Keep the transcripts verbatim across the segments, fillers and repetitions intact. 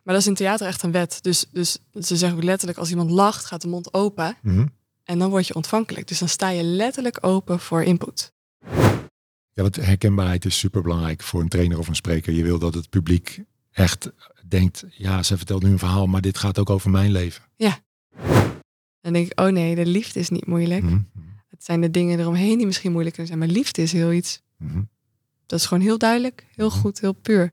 Maar dat is in theater echt een wet. Dus, dus ze zeggen ook letterlijk, als iemand lacht, gaat de mond open. Mm-hmm. En dan word je ontvankelijk. Dus dan sta je letterlijk open voor input. Ja, want herkenbaarheid is superbelangrijk voor een trainer of een spreker. Je wil dat het publiek echt denkt, ja, ze vertelt nu een verhaal, maar dit gaat ook over mijn leven. Ja. Dan denk ik, oh nee, de liefde is niet moeilijk. Mm-hmm. Het zijn de dingen eromheen die misschien moeilijk kunnen zijn. Maar liefde is heel iets. Mm-hmm. Dat is gewoon heel duidelijk, heel Mm-hmm. goed, heel puur.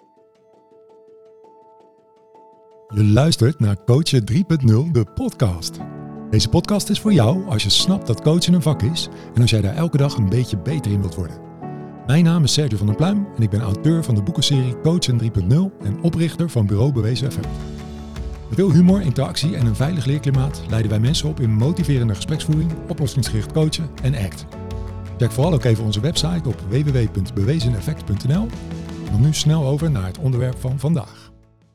Je luistert naar Coachen drie punt nul, de podcast. Deze podcast is voor jou als je snapt dat coachen een vak is en als jij daar elke dag een beetje beter in wilt worden. Mijn naam is Sergio van der Pluim en ik ben auteur van de boekenserie Coachen drie punt nul en oprichter van Bureau Bewezen Effect. Met veel humor, interactie en een veilig leerklimaat leiden wij mensen op in motiverende gespreksvoering, oplossingsgericht coachen en ACT. Check vooral ook even onze website op w w w punt bewezeneffect punt n l. En dan nu snel over naar het onderwerp van vandaag.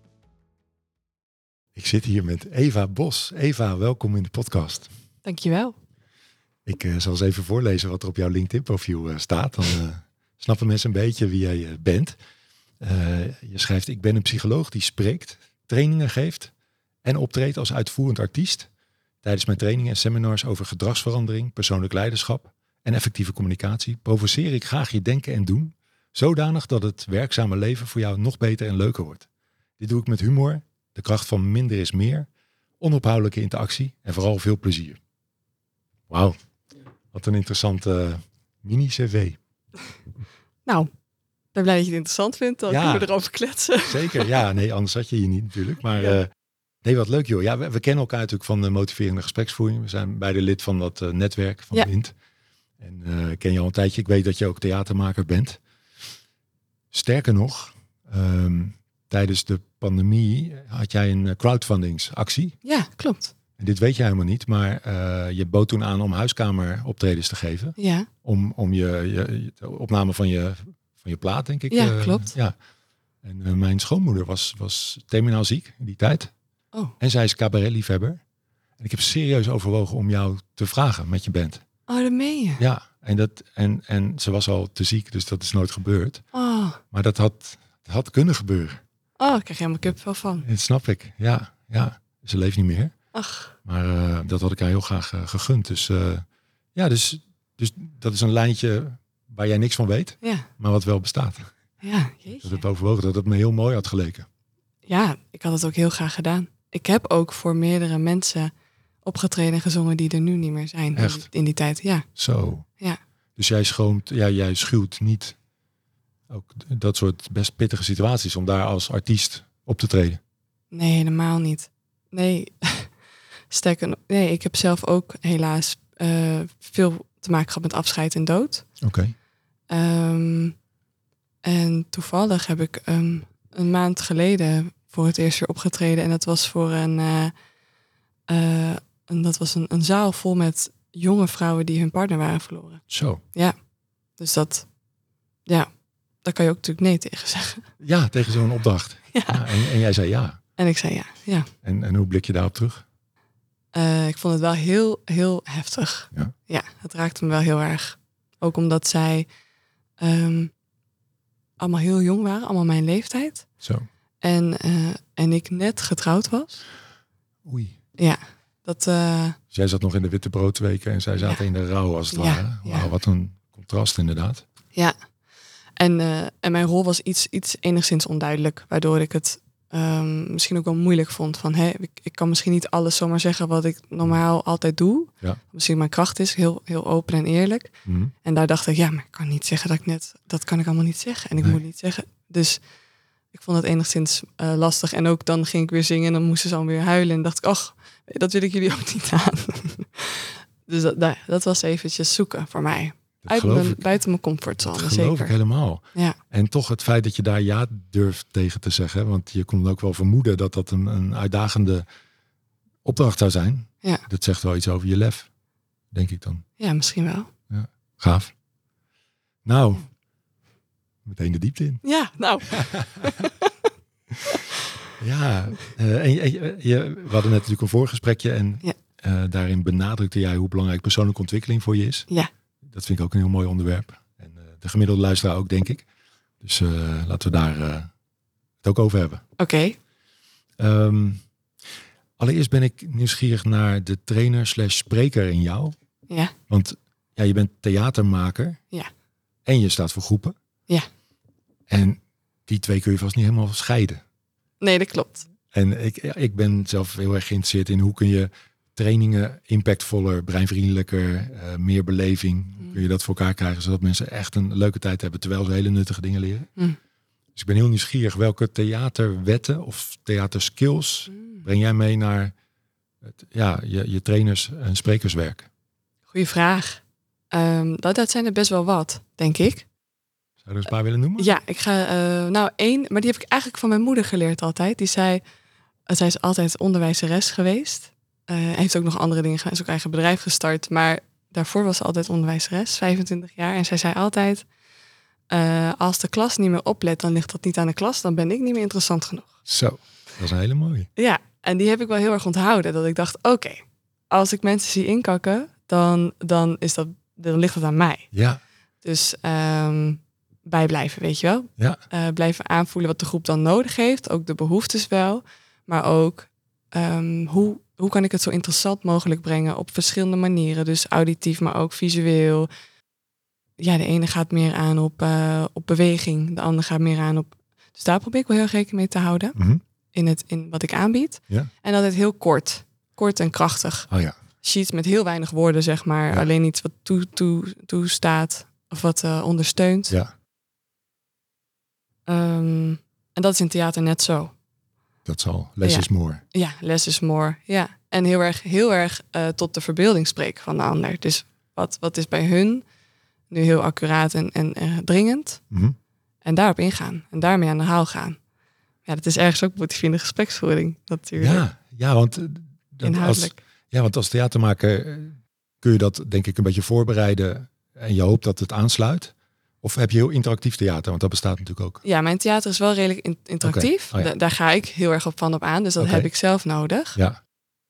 Ik zit hier met Eva Bos. Eva, welkom in de podcast. Dankjewel. Ik uh, zal eens even voorlezen wat er op jouw LinkedIn-profiel uh, staat. Dan uh, snappen mensen een beetje wie jij uh, bent. Uh, je schrijft, ik ben een psycholoog die spreekt, trainingen geeft en optreedt als uitvoerend artiest. Tijdens mijn trainingen en seminars over gedragsverandering, persoonlijk leiderschap en effectieve communicatie provoceer ik graag je denken en doen, zodanig dat het werkzame leven voor jou nog beter en leuker wordt. Dit doe ik met humor, de kracht van minder is meer, onophoudelijke interactie en vooral veel plezier. Wauw, wat een interessante uh, mini-cv. Nou, ik ben blij dat je het interessant vindt. Dan Ja, kunnen we erover kletsen. Zeker, ja. Nee, anders had je hier niet natuurlijk. Maar Ja. uh, nee, wat leuk joh. Ja, we, we kennen elkaar natuurlijk van de motiverende gespreksvoering. We zijn beide lid van dat uh, netwerk van Ja. W I N T. En uh, ik ken je al een tijdje. Ik weet dat je ook theatermaker bent. Sterker nog, um, tijdens de pandemie had jij een crowdfundingsactie. Ja, klopt. En dit weet je helemaal niet, maar uh, je bood toen aan om huiskameroptredens te geven. Ja, Om, om je, je, de opname van je, van je plaat, denk ik. Ja, uh, klopt. Ja. En uh, mijn schoonmoeder was, was terminaal ziek in die tijd. Oh. En zij is cabaretliefhebber. En ik heb serieus overwogen om jou te vragen met je band. Oh, dat meen je. Ja, en, dat, en, en ze was al te ziek, dus dat is nooit gebeurd. Oh, Maar dat had, dat had kunnen gebeuren. oh ik krijg helemaal kipvel van. Dat snap ik, ja. ja. Ze leeft niet meer. Ach, Maar uh, dat had ik haar heel graag uh, gegund. Dus uh, ja, dus, dus dat is een lijntje waar jij niks van weet, ja. maar wat wel bestaat. Ja, Dat jeetje. heb overwogen dat het me heel mooi had geleken. Ja, ik had het ook heel graag gedaan. Ik heb ook voor meerdere mensen opgetreden en gezongen die er nu niet meer zijn. Echt? In, die, in die tijd, ja. Zo. Ja. Dus jij schoomt, ja, jij schuwt niet ook dat soort best pittige situaties om daar als artiest op te treden. Nee, helemaal niet. Nee, sterker nog, nee, ik heb zelf ook helaas uh, veel te maken gehad met afscheid en dood. Oké. Okay. Um, en toevallig heb ik um, een maand geleden voor het eerst weer opgetreden. En dat was voor een, uh, uh, en dat was een, een zaal vol met jonge vrouwen die hun partner waren verloren. Zo. Ja, dus dat, ja, daar kan je ook natuurlijk nee tegen zeggen. Ja, tegen zo'n opdracht. Ja. Ja, en, en jij zei ja. En ik zei ja, ja. En, en hoe blik je daarop terug? Uh, ik vond het wel heel, heel heftig. Ja. Ja, het raakte me wel heel erg. Ook omdat zij um, allemaal heel jong waren, allemaal mijn leeftijd. Zo. En, uh, en ik net getrouwd was. Oei. Ja, dat... Uh, dus jij zat nog in de witte broodweken en zij zaten ja. in de rouw als het ja, ware. Wauw, ja. Wat een contrast inderdaad. Ja, en, uh, en mijn rol was iets, iets enigszins onduidelijk, waardoor ik het um, misschien ook wel moeilijk vond. Van, hé, ik, ik kan misschien niet alles zomaar zeggen wat ik normaal altijd doe. Ja. Misschien mijn kracht is, heel, heel open en eerlijk. Mm-hmm. En daar dacht ik, ja, maar ik kan niet zeggen dat ik net... Dat kan ik allemaal niet zeggen. En ik nee. moet niet zeggen. Dus ik vond het enigszins uh, lastig. En ook dan ging ik weer zingen en dan moesten ze dan weer huilen. En dacht ik, ach, dat wil ik jullie ook niet aan. Dus dat, nou, dat was eventjes zoeken voor mij. Uit mijn, buiten mijn comfortzone, dat zeker. geloof ik helemaal. Ja. En toch het feit dat je daar ja durft tegen te zeggen. Want je kon ook wel vermoeden dat dat een, een uitdagende opdracht zou zijn. Ja. Dat zegt wel iets over je lef, denk ik dan. Ja, misschien wel. Ja. Gaaf. Nou, meteen de diepte in. Ja, nou. ja, uh, en, en je, we hadden net natuurlijk een voorgesprekje. En ja. uh, daarin benadrukte jij hoe belangrijk persoonlijke ontwikkeling voor je is. Ja. Dat vind ik ook een heel mooi onderwerp. En uh, de gemiddelde luisteraar ook, denk ik. Dus uh, laten we daar uh, het ook over hebben. Oké. Okay. Um, allereerst ben ik nieuwsgierig naar de trainer slash spreker in jou. Ja. Want ja, je bent theatermaker. Ja. En je staat voor groepen. Ja. En die twee kun je vast niet helemaal scheiden. Nee, dat klopt. En ik, ja, ik ben zelf heel erg geïnteresseerd in hoe kun je trainingen impactvoller, breinvriendelijker, uh, meer beleving. Hoe kun je dat voor elkaar krijgen, zodat mensen echt een leuke tijd hebben, terwijl ze hele nuttige dingen leren. Mm. Dus ik ben heel nieuwsgierig, welke theaterwetten of theaterskills mm. breng jij mee naar het, ja, je, je trainers- en sprekerswerk? Goeie vraag. Um, dat, dat zijn er best wel wat, denk ik. Zou je er eens een paar willen noemen? Ja, ik ga, uh, nou één, maar die heb ik eigenlijk van mijn moeder geleerd altijd. Die zei, uh, zij is altijd onderwijzeres geweest. Uh, heeft ook nog andere dingen gedaan, is ook eigen bedrijf gestart. Maar daarvoor was ze altijd onderwijzeres, vijfentwintig jaar. En zij zei altijd, uh, als de klas niet meer oplet, dan ligt dat niet aan de klas. Dan ben ik niet meer interessant genoeg. Zo, dat is een hele mooie. Ja, en die heb ik wel heel erg onthouden. Dat ik dacht, oké, okay, als ik mensen zie inkakken, dan, dan, is dat, dan ligt het aan mij. Ja. Dus um, bijblijven, weet je wel. Ja. Uh, blijven aanvoelen wat de groep dan nodig heeft. Ook de behoeftes wel. Maar ook um, hoe, hoe kan ik het zo interessant mogelijk brengen op verschillende manieren. Dus auditief, maar ook visueel. Ja, de ene gaat meer aan op, uh, op beweging. De andere gaat meer aan op... Dus daar probeer ik wel heel erg rekening mee te houden. Mm-hmm. In, het, in wat ik aanbied. Ja. En altijd heel kort. Kort en krachtig. Oh ja. Sheets met heel weinig woorden, zeg maar. Ja. Alleen iets wat toe, toe, toestaat. Of wat uh, ondersteunt. Ja. Um, en dat is in theater net zo. Dat zal. Less ja. is more. Ja, less is more. Ja. En heel erg, heel erg uh, tot de verbeelding spreken van de ander. Dus wat, wat is bij hun nu heel accuraat en, en uh, dringend. Mm-hmm. En daarop ingaan. En daarmee aan de haal gaan. Ja, dat is ergens ook motiverende gespreksvoering natuurlijk. Ja, ja want, dat inhoudelijk. Als, ja, want als theatermaker kun je dat denk ik een beetje voorbereiden. En je hoopt dat het aansluit. Of heb je heel interactief theater? Want dat bestaat natuurlijk ook. Ja, mijn theater is wel redelijk in- interactief. Okay. Oh, ja. da- daar ga ik heel erg op van op aan. Dus dat okay. heb ik zelf nodig. Ja.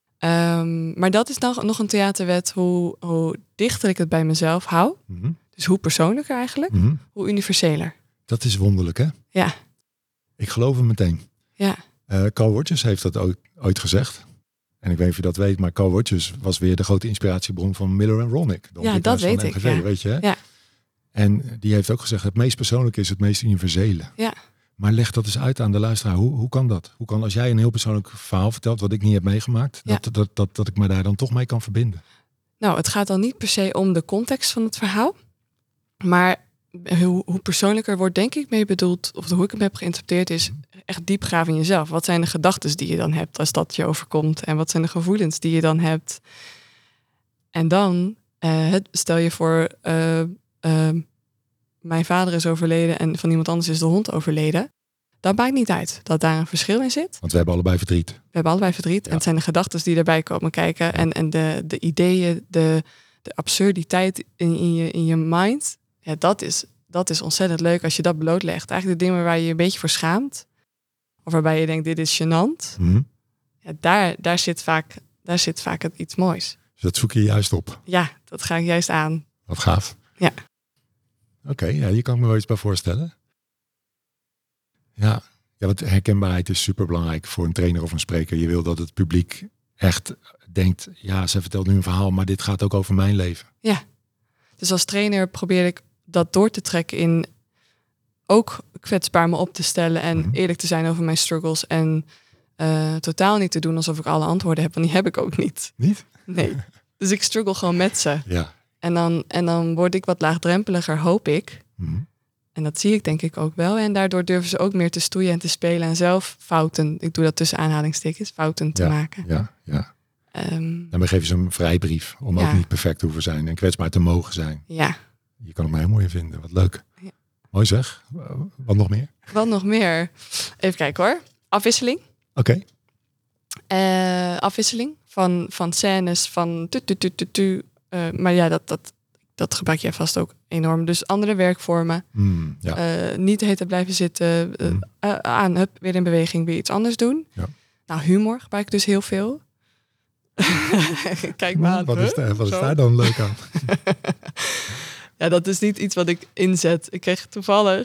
Um, maar dat is nog, nog een theaterwet. Hoe, hoe dichter ik het bij mezelf hou. Mm-hmm. Dus hoe persoonlijker eigenlijk. Mm-hmm. Hoe universeler. Dat is wonderlijk, hè? Ja. Ik geloof hem meteen. Ja. Uh, Carl Rogers heeft dat ooit, ooit gezegd. En ik weet niet of je dat weet, maar Carl Rogers was weer de grote inspiratiebron van Miller en Roenick. Ja, dat weet ik. M G V, ja. Weet je, hè? Ja. En die heeft ook gezegd, het meest persoonlijke is het meest universele. Ja. Maar leg dat eens uit aan de luisteraar. Hoe, hoe kan dat? Hoe kan als jij een heel persoonlijk verhaal vertelt, wat ik niet heb meegemaakt, ja. dat, dat, dat, dat ik me daar dan toch mee kan verbinden? Nou, het gaat dan niet per se om de context van het verhaal. Maar hoe, hoe persoonlijker wordt denk ik mee bedoeld, of hoe ik hem heb geïnterpreteerd, is echt diep graven in jezelf. Wat zijn de gedachten die je dan hebt als dat je overkomt? En wat zijn de gevoelens die je dan hebt? En dan, uh, stel je voor, uh, uh, mijn vader is overleden en van iemand anders is de hond overleden. Dat maakt niet uit dat daar een verschil in zit. Want we hebben allebei verdriet. We hebben allebei verdriet. Ja. En het zijn de gedachten die erbij komen kijken. Ja. En, en de, de ideeën, de, de absurditeit in, in, je, in je mind. Ja, dat is, dat is ontzettend leuk als je dat blootlegt. Eigenlijk de dingen waar je je een beetje voor schaamt. Of waarbij je denkt, dit is gênant. Mm-hmm. Ja, daar, daar, zit vaak, daar zit vaak het iets moois. Dus dat zoek je juist op? Ja, dat ga ik juist aan. Wat gaaf. Ja. Oké, okay, ja, hier kan ik me wel iets bij voorstellen. Ja, ja, want herkenbaarheid is super belangrijk voor een trainer of een spreker. Je wil dat het publiek echt denkt, ja, ze vertelt nu een verhaal, maar dit gaat ook over mijn leven. Ja, dus als trainer probeer ik dat door te trekken in ook kwetsbaar me op te stellen en mm-hmm. eerlijk te zijn over mijn struggles en uh, totaal niet te doen alsof ik alle antwoorden heb, want die heb ik ook niet. Niet? Nee. Dus ik struggle gewoon met ze. Ja. En dan, en dan word ik wat laagdrempeliger, hoop ik. Mm-hmm. En dat zie ik denk ik ook wel. En daardoor durven ze ook meer te stoeien en te spelen en zelf fouten, ik doe dat tussen aanhalingstekens, fouten te ja, maken. Ja, ja. Um, Daarmee geef je ze een vrijbrief om ja. ook niet perfect te hoeven zijn en kwetsbaar te mogen zijn. Ja. Je kan het maar heel mooi vinden. Wat leuk. Ja. Mooi zeg. Wat nog meer? Wat nog meer? Even kijken hoor. Afwisseling. Oké. Okay. Uh, afwisseling van, van scènes, van tu tu tu tu tu. Uh, maar ja, dat, dat, dat gebruik jij vast ook enorm. Dus andere werkvormen. Mm, ja. uh, niet de hele tijd blijven zitten. Uh, mm. uh, aan, hup, weer in beweging, weer iets anders doen. Ja. Nou, humor gebruik ik dus heel veel. Kijk maar aan. Wat is, daar, wat is daar dan leuk aan? Ja, dat is niet iets wat ik inzet. Ik kreeg toevallig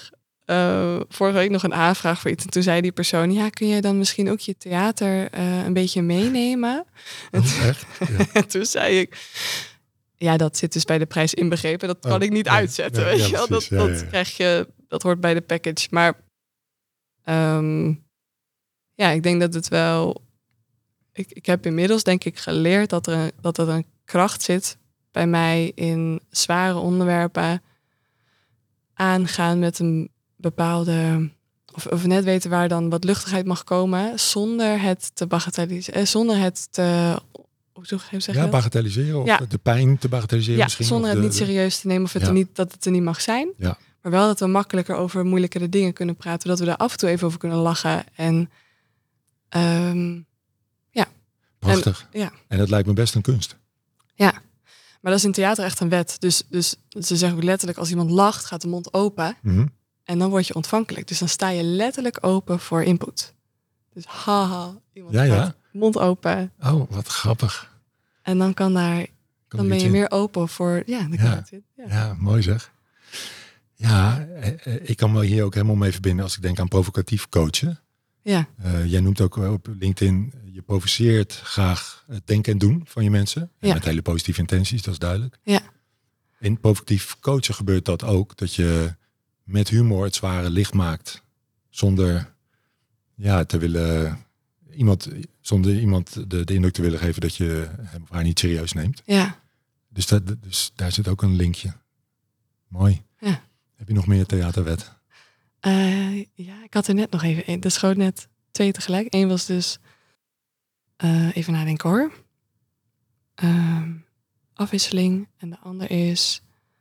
uh, vorige week nog een aanvraag voor iets. En toen zei die persoon, ja, kun jij dan misschien ook je theater uh, een beetje meenemen? Oh, echt? Ja. En toen zei ik, ja, dat zit dus bij de prijs inbegrepen. Dat kan oh, ik niet nee, uitzetten. Nee, weet ja, je? Dat, ja, dat ja. krijg je, dat hoort bij de package. Maar um, ja, ik denk dat het wel. Ik, ik heb inmiddels denk ik geleerd dat er, dat er een kracht zit bij mij in zware onderwerpen aangaan met een bepaalde. Of, of net weten waar dan wat luchtigheid mag komen, zonder het te bagatelliseren, zonder het te. Hoe zou ik zeggen? Ja, bagatelliseren of ja. de pijn te bagatelliseren ja, misschien. Zonder of het de, niet serieus te nemen of het ja. er niet, dat het er niet mag zijn. Ja. Maar wel dat we makkelijker over moeilijkere dingen kunnen praten. Dat we daar af en toe even over kunnen lachen. En um, ja. Prachtig. En, ja. En dat lijkt me best een kunst. Ja. Maar dat is in theater echt een wet. Dus, dus ze zeggen ook letterlijk, als iemand lacht, gaat de mond open. Mm-hmm. En dan word je ontvankelijk. Dus dan sta je letterlijk open voor input. Dus haha, iemand ja, ja. gaat mond open. Oh, wat grappig. En dan kan daar, kan dan ben je in. meer open voor, ja, dan kan ja. het in. Ja. ja, mooi zeg. Ja, ik kan me hier ook helemaal mee verbinden als ik denk aan provocatief coachen. Ja. Uh, jij noemt ook op LinkedIn, je provoceert graag het denken en doen van je mensen. En ja. met hele positieve intenties, dat is duidelijk. Ja. In provocatief coachen gebeurt dat ook, dat je met humor het zware licht maakt. Zonder ja, te willen iemand, zonder iemand de, de indruk te willen geven dat je hem of haar niet serieus neemt. Ja. Dus, dat, dus daar zit ook een linkje. Mooi. Ja. Heb je nog meer theaterwet? Uh, ja, ik had er net nog even één. Er schoot net twee tegelijk. Eén was dus, uh, even nadenken hoor. Uh, afwisseling. En de ander is...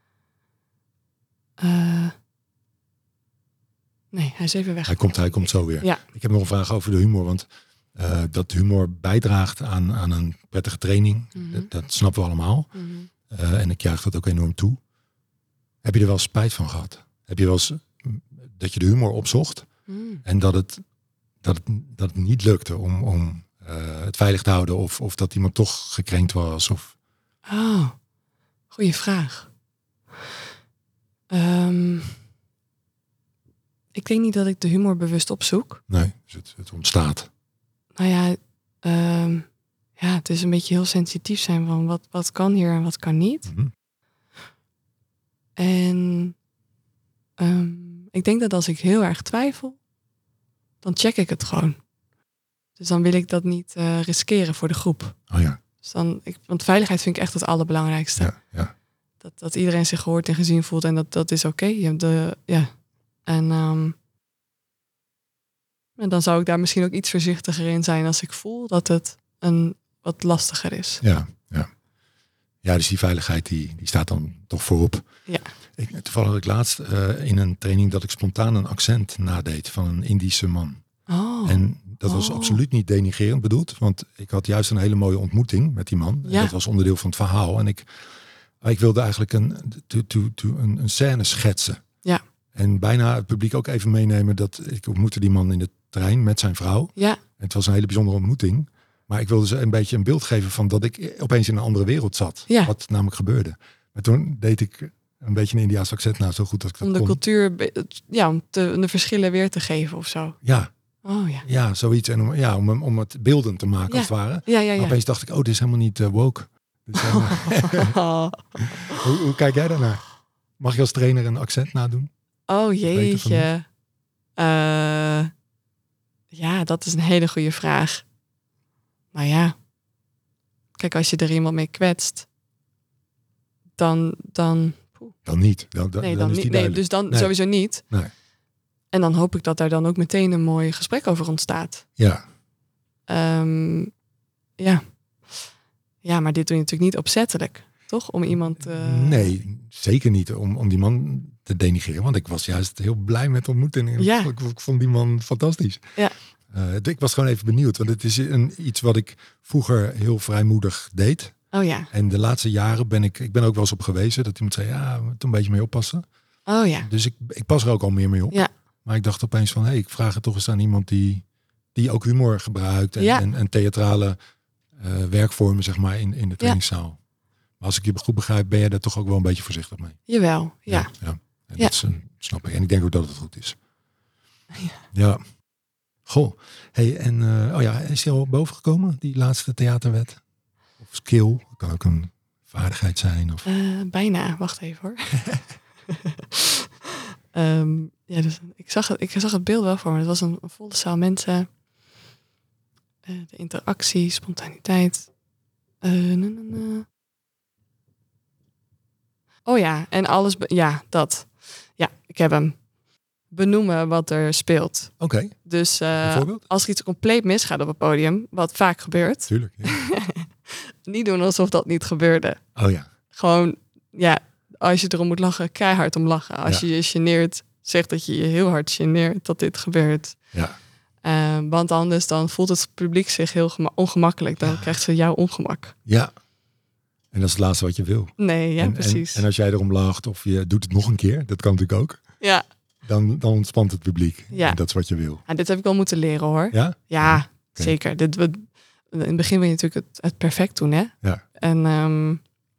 Uh, nee, hij is even weg. Hij komt, hij komt zo weer. Ja. Ik heb nog een vraag over de humor. Want uh, dat humor bijdraagt aan, aan een prettige training. Mm-hmm. Dat, dat snappen we allemaal. Mm-hmm. Uh, en ik juich dat ook enorm toe. Heb je er wel spijt van gehad? Heb je wel eens dat je de humor opzocht mm. en dat het, dat het, dat het niet lukte om, om uh, het veilig te houden of, of dat iemand toch gekrenkt was? Of... Oh, goeie vraag. Um, ik denk niet dat ik de humor bewust opzoek. Nee, dus het, het ontstaat. Nou ja, um, ja, het is een beetje heel sensitief zijn van wat, wat kan hier en wat kan niet. Mm-hmm. En um, ik denk dat als ik heel erg twijfel, dan check ik het gewoon. Dus dan wil ik dat niet uh, riskeren voor de groep. Oh ja. Dus dan, ik, want veiligheid vind ik echt het allerbelangrijkste. Ja, ja. Dat, dat iedereen zich gehoord en gezien voelt en dat, dat is oké. Okay. Ja. En, um, en dan zou ik daar misschien ook iets voorzichtiger in zijn als ik voel dat het een wat lastiger is. Ja, ja. Ja, dus die veiligheid die, die staat dan toch voorop. Ja. Ik, toevallig had ik laatst uh, in een training dat ik spontaan een accent nadeed van een Indische man. Oh. En dat was oh. absoluut niet denigrerend bedoeld. Want ik had juist een hele mooie ontmoeting met die man. Ja. En dat was onderdeel van het verhaal. En ik, ik wilde eigenlijk een, to, to, to, een, een scène schetsen. Ja. En bijna het publiek ook even meenemen dat ik ontmoette die man in de trein met zijn vrouw. Ja. En het was een hele bijzondere ontmoeting. Maar ik wilde ze een beetje een beeld geven van dat ik opeens in een andere wereld zat. Ja. Wat namelijk gebeurde. Maar toen deed ik een beetje een Indiaas accent nou zo goed als ik dat kon. Om de kon. cultuur, ja, om te, de verschillen weer te geven of zo. Ja. Oh ja. Ja, zoiets. En om, ja, om, om het beeldend te maken ja. als het ware. Ja, ja, ja. Maar opeens dacht ik, oh, dit is helemaal niet uh, woke. Dit is helemaal... hoe, hoe kijk jij daarnaar? Mag je als trainer een accent nadoen? Oh jeetje. Uh, ja, dat is een hele goede vraag. Nou ja. Kijk, als je er iemand mee kwetst, dan... Dan, dan niet. Dan, dan, nee, dan dan is niet. die Nee, duidelijk. dus dan nee. sowieso niet. Nee. En dan hoop ik dat daar dan ook meteen een mooi gesprek over ontstaat. Ja. Um, ja. Ja, maar dit doe je natuurlijk niet opzettelijk. Toch? Om iemand... Uh... Nee, zeker niet. Om, om die man te denigreren. Want ik was juist heel blij met de ontmoeting. Ja. Ik, ik vond die man fantastisch. Ja. Uh, ik was gewoon even benieuwd. Want het is een, iets wat ik vroeger heel vrijmoedig deed. Oh ja. En de laatste jaren ben ik... Ik ben er ook wel eens op gewezen. Dat iemand zei, ja, moet er een beetje mee oppassen. Oh ja. Dus ik, ik pas er ook al meer mee op. Ja. Maar ik dacht opeens van, hé, hey, ik vraag het toch eens aan iemand die, die ook humor gebruikt. En, ja. en, en theatrale uh, werkvormen, zeg maar, in, in de trainingszaal. Ja. Maar als ik je goed begrijp, ben je daar toch ook wel een beetje voorzichtig mee. Jawel, ja. Ja, ja, En Ja. dat is een, snap ik. En ik denk ook dat het goed is. Ja. Ja. Goh. Hey, en uh, oh ja, is hij al boven gekomen, die laatste theaterwet? Of skill? Dat kan ook een vaardigheid zijn. Of... Uh, bijna. Wacht even hoor. um, ja, dus ik, zag het, ik zag het beeld wel voor me. Het was een, een volle zaal mensen. Uh, de interactie, spontaniteit. Uh, na, na, na. Oh ja, en alles... Be- ja, dat. Ja, ik heb hem. Benoemen wat er speelt. Oké. Okay. Dus uh, als er iets compleet misgaat op het podium, wat vaak gebeurt... Tuurlijk, ja. niet doen alsof dat niet gebeurde. Oh ja. Gewoon, ja, als je erom moet lachen, keihard om lachen. Als ja. je je geneert, zeg dat je je heel hard geneert dat dit gebeurt. Ja. Uh, want anders dan voelt het publiek zich heel gema- ongemakkelijk. Dan ja. krijgt ze jouw ongemak. Ja. En dat is het laatste wat je wil. Nee, ja, en, precies. En, en als jij erom lacht of je doet het nog een keer, dat kan natuurlijk ook. Ja. Dan, dan ontspant het publiek. Ja. En dat is wat je wil. En dit heb ik wel moeten leren hoor. Ja? Ja, okay. Zeker. Dit, we, in het begin wil je natuurlijk het, het perfect doen, hè? Ja. En um,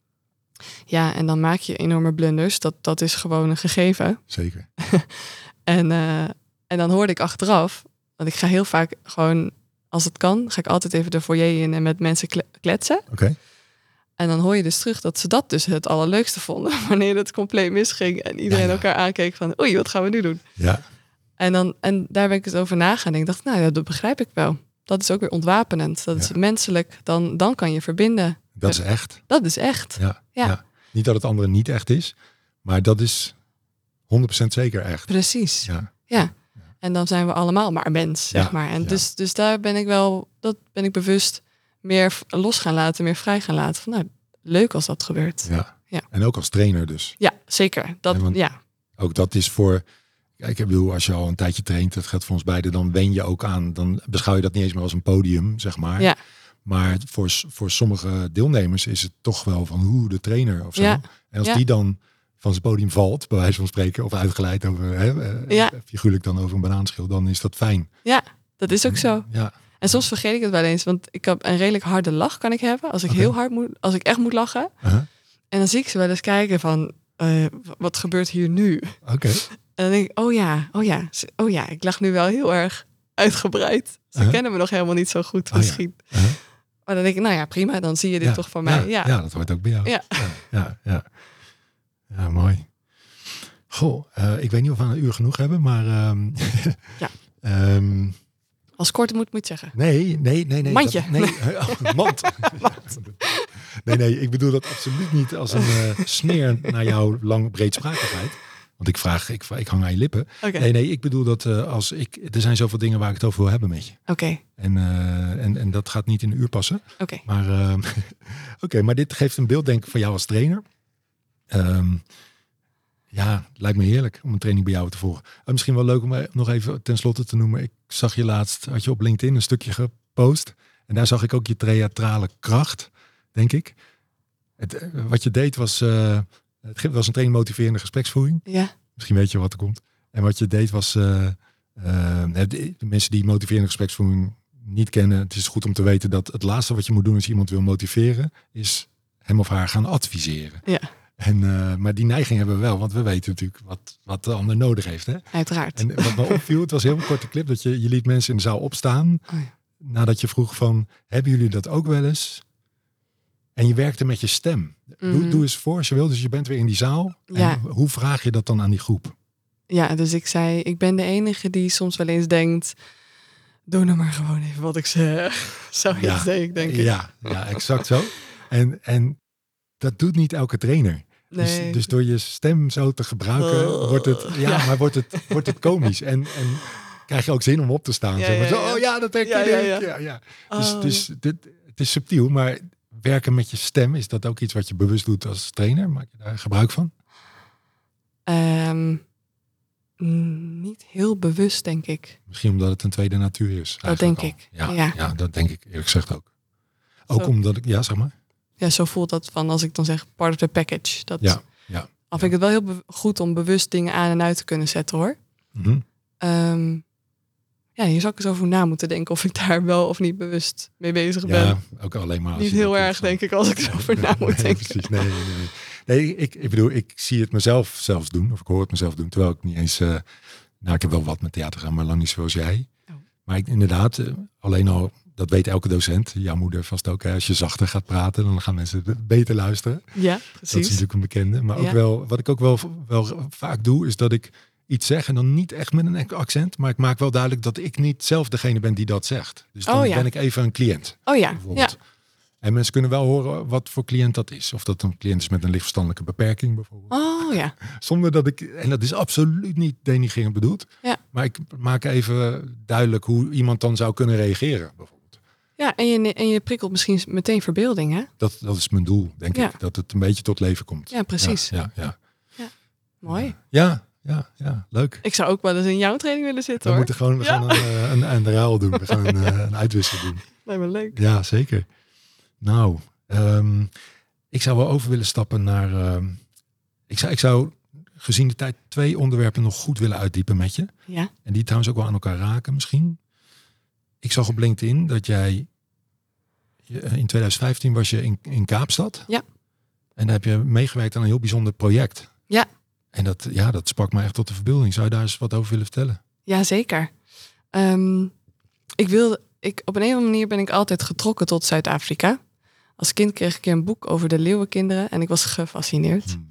ja, en dan maak je enorme blunders. Dat, dat is gewoon een gegeven. Zeker. en, uh, en dan hoorde ik achteraf, want ik ga heel vaak gewoon, als het kan, ga ik altijd even de foyer in en met mensen kletsen. Oké. Okay. En dan hoor je dus terug dat ze dat dus het allerleukste vonden. Wanneer het compleet misging en iedereen ja, ja. elkaar aankeek van, oei, wat gaan we nu doen? Ja. En, dan, en daar ben ik eens over nagaan. En ik dacht, nou ja, dat begrijp ik wel. Dat is ook weer ontwapenend. Dat is ja. menselijk. Dan, dan kan je verbinden. Dat is echt. Dat is echt. Ja. Ja. ja. Niet dat het andere niet echt is, maar dat is honderd procent zeker echt. Precies. Ja. Ja. ja. En dan zijn we allemaal maar mens, zeg ja. maar. En ja. dus, dus daar ben ik wel, dat ben ik bewust meer los gaan laten, meer vrij gaan laten. Van, nou, leuk als dat gebeurt. Ja. ja. En ook als trainer dus. Ja, zeker. Dat, ja. Ook dat is voor... Ik bedoel, als je al een tijdje traint, dat gaat voor ons beiden, dan wen je ook aan. Dan beschouw je dat niet eens meer als een podium, zeg maar. Ja. Maar voor, voor sommige deelnemers is het toch wel van hoe de trainer of zo. Ja. En als ja. die dan van zijn podium valt, bij wijze van spreken, of uitgeleid over, hè, ja. figuurlijk dan over een banaanschil, dan is dat fijn. Ja, dat is ook zo. Ja. En soms vergeet ik het wel eens, want ik heb een redelijk harde lach kan ik hebben. Als ik okay. heel hard moet, als ik echt moet lachen. Uh-huh. En dan zie ik ze wel eens kijken van, uh, wat gebeurt hier nu? Oké. Okay. En dan denk ik, oh ja, oh ja, oh ja, ik lach nu wel heel erg uitgebreid. Ze uh-huh. kennen me nog helemaal niet zo goed oh, misschien. Ja. Uh-huh. Maar dan denk ik, nou ja, prima, dan zie je dit ja, toch van mij. Ja, ja. ja, dat hoort ook bij jou. Ja, ja, ja, ja. ja mooi. Goh, uh, ik weet niet of we een uur genoeg hebben, maar... Um, ja. um, Als kort moet, moet je zeggen. Nee, nee, nee. nee Mandje. Dat, nee, oh, mand. mand. Nee, nee, ik bedoel dat absoluut niet als een uh, sneer naar jouw lang breedsprakigheid. Want ik vraag, ik, ik hang aan je lippen. Okay. Nee, nee, ik bedoel dat uh, als ik... Er zijn zoveel dingen waar ik het over wil hebben met je. Oké. Okay. En, uh, en, en dat gaat niet in een uur passen. Oké. Okay. Maar, uh, Oké, okay, maar dit geeft een beeld, denk ik, van jou als trainer. Um, ja, lijkt me heerlijk om een training bij jou te volgen. Uh, misschien wel leuk om nog even tenslotte te noemen. Ik zag je laatst, had je op LinkedIn een stukje gepost. En daar zag ik ook je theatrale kracht, denk ik. Het, uh, wat je deed was... Uh, Het was een training motiverende gespreksvoering. Ja. Misschien weet je wat er komt. En wat je deed was... Uh, uh, de, de mensen die motiverende gespreksvoering niet kennen... Het is goed om te weten dat het laatste wat je moet doen... als je iemand wil motiveren... is hem of haar gaan adviseren. Ja. En, uh, maar die neiging hebben we wel. Want we weten natuurlijk wat, wat de ander nodig heeft. Hè? Uiteraard. En wat me opviel, het was een heel korte clip... dat je, je liet mensen in de zaal opstaan... Oh ja. Nadat je vroeg van... hebben jullie dat ook wel eens... En je werkte met je stem. Mm-hmm. Doe, doe eens voor als je wil. Dus je bent weer in die zaal. Ja. En hoe vraag je dat dan aan die groep? Ja, dus ik zei, ik ben de enige die soms wel eens denkt... doe nou maar gewoon even wat ik zeg. Zo ja. deed ik, denk ik. Ja, ja, exact zo. En, en dat doet niet elke trainer. Nee. Dus, dus door je stem zo te gebruiken, uh, wordt het, ja, ja. maar wordt het, wordt het komisch. En, en krijg je ook zin om op te staan. Ja, zeg maar. ja, Zo, ja. oh ja, dat denk ja, ik. ja, ja, ja. ja, ja. Oh. Dus, dus dit, het is subtiel, maar... Werken met je stem, is dat ook iets wat je bewust doet als trainer? Maak je daar gebruik van? Um, niet heel bewust, denk ik. Misschien omdat het een tweede natuur is. Dat denk al. ik. Ja, ja. ja, dat denk ik eerlijk gezegd ook. Ook zo. Omdat ik, ja, zeg maar. Ja, zo voelt dat van als ik dan zeg part of the package. Dat, ja, ja. Al vind ik het wel heel be- goed om bewust dingen aan en uit te kunnen zetten, hoor. Mm-hmm. Um, ja, hier zou ik eens over na moeten denken of ik daar wel of niet bewust mee bezig ben. Ja, ook alleen maar. Als niet je heel erg, van... denk ik, als ik erover na moet nee, denken. Precies, nee, nee, nee. Nee, ik, ik bedoel, ik zie het mezelf zelfs doen. Of ik hoor het mezelf doen. Terwijl ik niet eens... Uh, nou, ik heb wel wat met theater gedaan, maar lang niet zoals jij. Oh. Maar ik, inderdaad, uh, alleen al... Dat weet elke docent. Jouw moeder vast ook. Hè? Als je zachter gaat praten, dan gaan mensen beter luisteren. Ja, precies. Dat is natuurlijk een bekende. Maar ook ja. wel, wat ik ook wel, wel vaak doe, is dat ik iets zeg en dan niet echt met een accent. Maar ik maak wel duidelijk dat ik niet zelf degene ben die dat zegt. Dus dan oh, ja. ben ik even een cliënt. Oh ja, ja. En mensen kunnen wel horen wat voor cliënt dat is. Of dat een cliënt is met een lichtverstandelijke beperking bijvoorbeeld. Oh ja. Zonder dat ik, en dat is absoluut niet denigrerend bedoeld. Ja. Maar ik maak even duidelijk hoe iemand dan zou kunnen reageren bijvoorbeeld. Ja, en je, en je prikkelt misschien meteen verbeelding, hè? Dat, dat is mijn doel, denk ja. ik. Dat het een beetje tot leven komt. Ja, precies. Ja, ja, ja. ja. Mooi. Ja, ja, ja, leuk. Ik zou ook wel eens in jouw training willen zitten, we hoor. Moeten gewoon, we ja. gaan een, een, een, een ruil doen. We gaan een, een uitwissel doen. Lijkt me leuk. Ja, zeker. Nou, um, ik zou wel over willen stappen naar... Um, ik, zou, ik zou gezien de tijd twee onderwerpen nog goed willen uitdiepen met je. Ja. En die trouwens ook wel aan elkaar raken misschien. Ik zag op LinkedIn dat jij... In twintig vijftien was je in, in Kaapstad. Ja. En daar heb je meegewerkt aan een heel bijzonder project. Ja. En dat, ja, dat sprak me echt tot de verbeelding. Zou je daar eens wat over willen vertellen? Ja, zeker. Um, ik wilde, ik, op een of andere manier ben ik altijd getrokken tot Zuid-Afrika. Als kind kreeg ik een keer een boek over de leeuwenkinderen. En ik was gefascineerd. Hmm.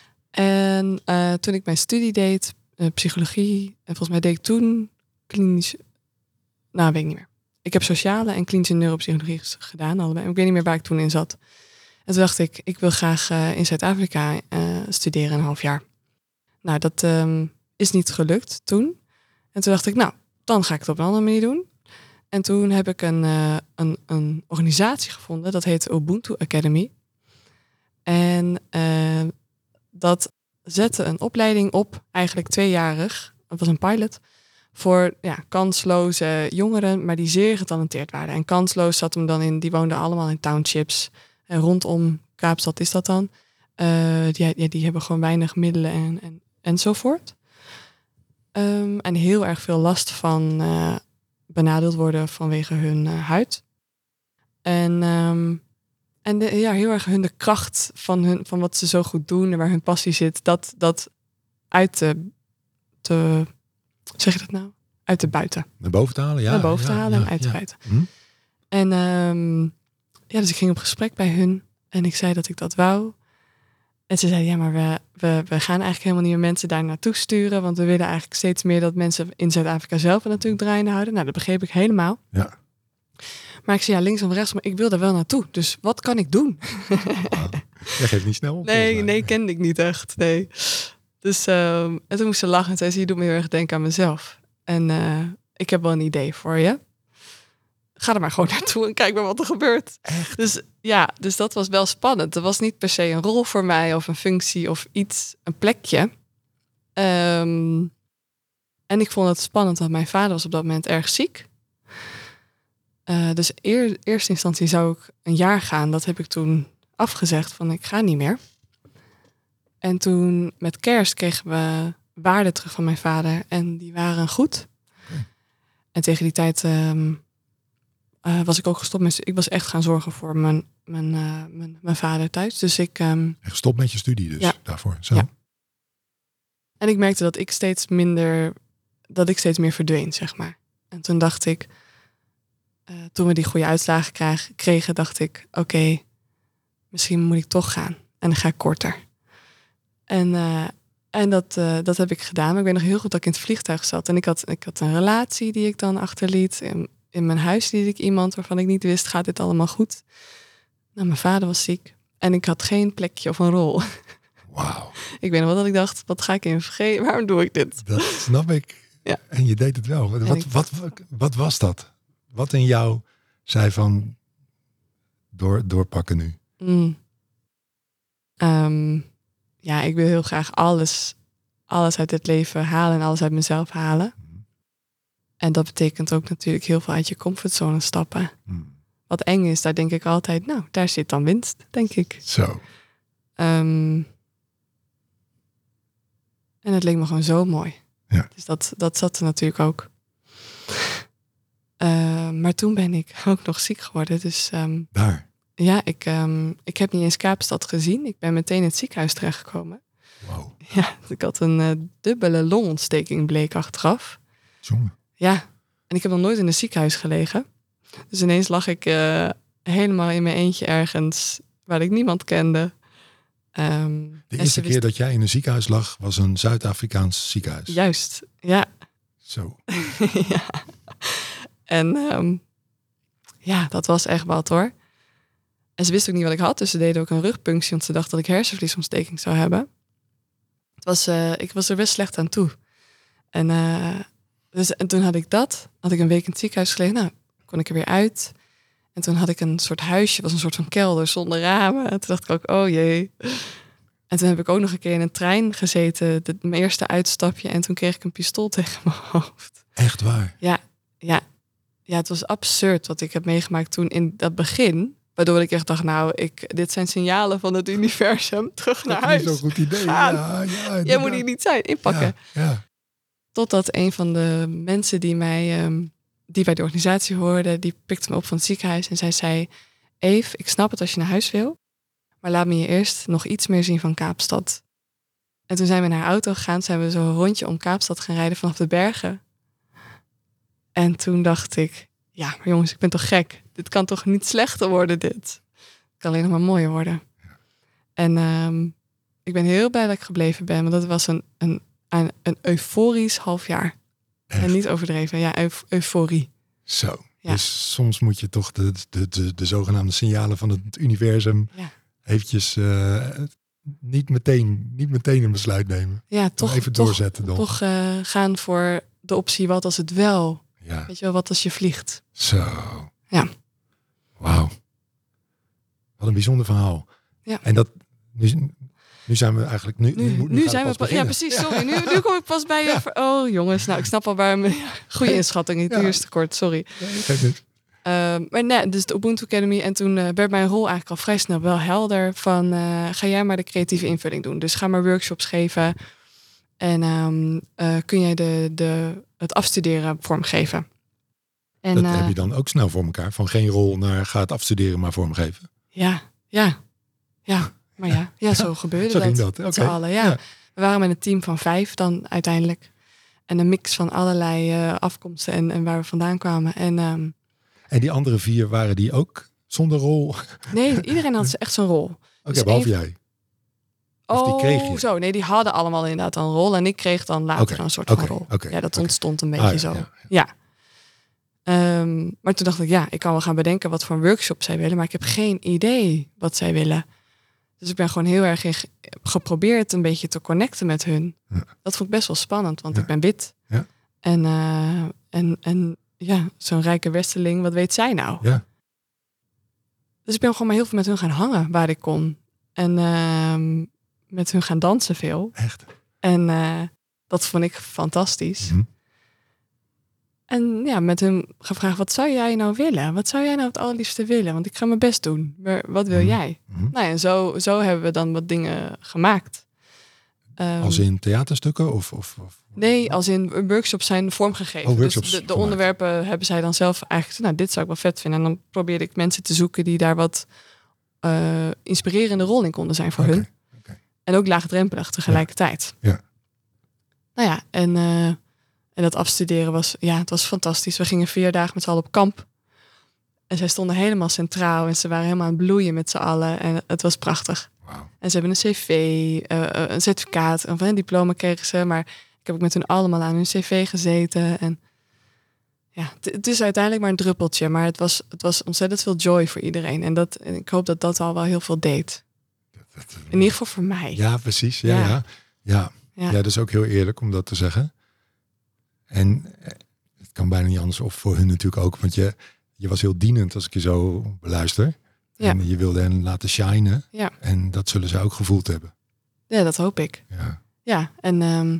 En uh, toen ik mijn studie deed, uh, psychologie. En volgens mij deed ik toen klinisch... Nou, weet ik niet meer. Ik heb sociale en klinische neuropsychologie gedaan, allebei. Ik weet niet meer waar ik toen in zat. En toen dacht ik, ik wil graag uh, in Zuid-Afrika uh, studeren een half jaar. Nou, dat um, is niet gelukt toen. En toen dacht ik, nou, dan ga ik het op een andere manier doen. En toen heb ik een, uh, een, een organisatie gevonden, dat heet Ubuntu Academy. En uh, dat zette een opleiding op, eigenlijk tweejarig. Het was een pilot. Voor ja, kansloze jongeren, maar die zeer getalenteerd waren. En kansloos zat hem dan in, die woonden allemaal in townships. En rondom Kaapstad is dat dan. Uh, die, ja, die hebben gewoon weinig middelen en, en, enzovoort. Um, en heel erg veel last van uh, benadeeld worden vanwege hun uh, huid. En, um, en de, ja, heel erg hun de kracht van, hun, van wat ze zo goed doen en waar hun passie zit, dat, dat uit te... te zeg je dat nou? Uit te buiten. Naar boven te halen, ja. Naar boven te ja, halen ja, en uit te ja. buiten. Hm? En um, ja, dus ik ging op gesprek bij hun. En ik zei dat ik dat wou. En ze zeiden, ja, maar we, we, we gaan eigenlijk helemaal niet meer mensen daar naartoe sturen. Want we willen eigenlijk steeds meer dat mensen in Zuid-Afrika zelf het natuurlijk draaiende houden. Nou, dat begreep ik helemaal. Ja. Maar ik zei, ja, links of rechts, maar ik wil daar wel naartoe. Dus wat kan ik doen? Oh, jij geeft niet snel op. Nee, nee, kende ik niet echt. Nee. Dus um, en toen moest ze lachen en zei ze, je doet me heel erg denken aan mezelf. En uh, ik heb wel een idee voor je. Ga er maar gewoon naartoe en kijk maar wat er gebeurt. Echt? Dus ja, dus dat was wel spannend. Er was niet per se een rol voor mij of een functie of iets, een plekje. Um, en ik vond het spannend, want mijn vader was op dat moment erg ziek. Uh, dus in eerste instantie zou ik een jaar gaan. Dat heb ik toen afgezegd van ik ga niet meer. En toen met kerst kregen we waarden terug van mijn vader. En die waren goed. Okay. En tegen die tijd um, uh, was ik ook gestopt met... Ik was echt gaan zorgen voor mijn, mijn, uh, mijn, mijn vader thuis. Dus ik... Um, gestopt met je studie dus, ja. daarvoor. Zo. Ja. En ik merkte dat ik steeds minder... Dat ik steeds meer verdween, zeg maar. En toen dacht ik... Uh, toen we die goede uitslagen kreeg, kregen, dacht ik... Oké, okay, misschien moet ik toch gaan. En dan ga ik korter. En, uh, en dat, uh, dat heb ik gedaan. Maar ik weet nog heel goed dat ik in het vliegtuig zat. En ik had, ik had een relatie die ik dan achterliet. In, in mijn huis liet ik iemand waarvan ik niet wist, gaat dit allemaal goed? Nou, mijn vader was ziek. En ik had geen plekje of een rol. Wauw. Ik weet nog wel dat ik dacht, wat ga ik in vergeten? Waarom doe ik dit? Dat snap ik. Ja. En je deed het wel. Wat, wat, wat, wat, wat was dat? Wat in jou zei van door, doorpakken nu? Mm. Um, ja, ik wil heel graag alles, alles uit het leven halen en alles uit mezelf halen. Mm. En dat betekent ook natuurlijk heel veel uit je comfortzone stappen. Mm. Wat eng is, daar denk ik altijd, nou, daar zit dan winst, denk ik. Zo. Um, en het leek me gewoon zo mooi. Ja. Dus dat, dat zat er natuurlijk ook. Uh, maar toen ben ik ook nog ziek geworden. Dus, um, Daar? Ja, ik, um, ik heb niet eens Kaapstad gezien. Ik ben meteen in het ziekenhuis terechtgekomen. Wow. Ja, ik had een uh, dubbele longontsteking, bleek achteraf. Jongen. Ja, en ik heb nog nooit in een ziekenhuis gelegen. Dus ineens lag ik uh, helemaal in mijn eentje ergens waar ik niemand kende. Um, de eerste keer wist... dat jij in een ziekenhuis lag, was een Zuid-Afrikaans ziekenhuis. Juist, ja. Zo. Ja. En um, ja, dat was echt wat hoor. En ze wisten ook niet wat ik had, dus ze deden ook een rugpunctie, want ze dachten dat ik hersenvliesontsteking zou hebben. Het was, uh, ik was er best slecht aan toe. En, uh, dus, en toen had ik dat, had ik een week in het ziekenhuis gelegen. Nou, kon ik er weer uit. En toen had ik een soort huisje, was een soort van kelder zonder ramen. En toen dacht ik ook, oh jee. En toen heb ik ook nog een keer in een trein gezeten, de, mijn eerste uitstapje. En toen kreeg ik een pistool tegen mijn hoofd. Echt waar? Ja, ja. Ja, het was absurd wat ik heb meegemaakt toen in dat begin. Waardoor ik echt dacht, nou, ik, dit zijn signalen van het universum. Terug naar huis. Dat is zo'n goed idee. Ja, ja, jij moet hier niet zijn, inpakken. Ja, ja. Totdat een van de mensen die mij, um, die bij de organisatie hoorde, die pikte me op van het ziekenhuis en zij zei, Eve, ik snap het als je naar huis wil, maar laat me je eerst nog iets meer zien van Kaapstad. En toen zijn we naar de auto gegaan, zijn we zo een rondje om Kaapstad gaan rijden vanaf de bergen. En toen dacht ik, ja, maar jongens, ik ben toch gek. Dit kan toch niet slechter worden, dit. Het kan alleen nog maar mooier worden. Ja. En um, ik ben heel blij dat ik gebleven ben. Want dat was een, een, een, een euforisch half jaar. Echt? En niet overdreven, ja, euf, euforie. Zo, ja. Dus soms moet je toch de, de, de, de zogenaamde signalen van het universum... Ja. eventjes uh, niet, meteen, niet meteen een besluit nemen. Ja, toch, even toch, doorzetten dan. Toch uh, gaan voor de optie, wat als het wel... Ja. Weet je wel, wat als je vliegt. Zo. Ja. Wauw. Wat een bijzonder verhaal. Ja. En dat, nu, nu zijn we eigenlijk, nu, nu, nu, nu, nu zijn we, pas ja precies, sorry. Nu, nu kom ik pas bij je. Ja. Oh jongens, nou ik snap al waar mijn goede inschatting, het ja. eerste kort, sorry. Nee, geeft niet. Uh, maar nee, dus de Ubuntu Academy. En toen uh, werd mijn rol eigenlijk al vrij snel wel helder van, uh, ga jij maar de creatieve invulling doen. Dus ga maar workshops geven. En um, uh, kun jij de, de, het afstuderen vormgeven. En, dat uh, heb je dan ook snel voor elkaar. Van geen rol naar ga het afstuderen maar vormgeven. Ja, ja. Ja, maar ja, ja zo gebeurde zo dat. Ging dat. Met okay. z'n allen, ja. ja. We waren met een team van vijf dan uiteindelijk. En een mix van allerlei uh, afkomsten en, en waar we vandaan kwamen. En, um, en die andere vier, waren die ook zonder rol? Nee, iedereen had echt zijn rol. Oké, okay, dus behalve even... jij. Of oh, die kreeg je? Zo. Nee, die hadden allemaal inderdaad een rol. En ik kreeg dan later okay, een soort okay, van rol. Okay, ja, dat okay. ontstond een beetje ah, ja, zo. Ja. ja. ja. Um, maar toen dacht ik, ja, ik kan wel gaan bedenken wat voor een workshop zij willen. Maar ik heb geen idee wat zij willen. Dus ik ben gewoon heel erg in ge- geprobeerd een beetje te connecten met hun. Ja. Dat vond ik best wel spannend, want ja. ik ben wit. Ja. En, uh, en, en ja, zo'n rijke westerling, wat weet zij nou? Ja. Dus ik ben gewoon maar heel veel met hun gaan hangen waar ik kon. En uh, met hun gaan dansen veel. Echt? En uh, dat vond ik fantastisch. Mm-hmm. En ja, met hun gevraagd, wat zou jij nou willen? Wat zou jij nou het allerliefste willen? Want ik ga mijn best doen. Maar wat wil mm-hmm. jij? Mm-hmm. Nou ja, en zo, zo hebben we dan wat dingen gemaakt. Um, als in theaterstukken? Of, of, of, nee, als in workshops zijn vormgegeven. Oh, workshops dus de, de onderwerpen hebben zij dan zelf eigenlijk... Nou, dit zou ik wel vet vinden. En dan probeerde ik mensen te zoeken die daar wat uh, inspirerende rol in konden zijn voor okay, hun. Okay. En ook laagdrempelig tegelijkertijd. Ja. ja. Nou ja, en, uh, en dat afstuderen was... Ja, het was fantastisch. We gingen vier dagen met z'n allen op kamp. En zij stonden helemaal centraal. En ze waren helemaal aan het bloeien met z'n allen. En het was prachtig. Wow. En ze hebben een cv, uh, een certificaat, of een diploma kregen ze. Maar ik heb ook met hun allemaal aan hun cv gezeten. En ja, t- het is uiteindelijk maar een druppeltje. Maar het was, het was ontzettend veel joy voor iedereen. En, dat, en ik hoop dat dat al wel heel veel deed. Dat, dat, in ieder geval voor mij. Ja, precies. Ja, ja. Ja. Ja. Ja. ja, dat is ook heel eerlijk om dat te zeggen. En het kan bijna niet anders. Of voor hun natuurlijk ook. Want je, je was heel dienend als ik je zo beluister. Ja. En je wilde hen laten shinen. Ja. En dat zullen ze ook gevoeld hebben. Ja, dat hoop ik. Ja, ja en, um,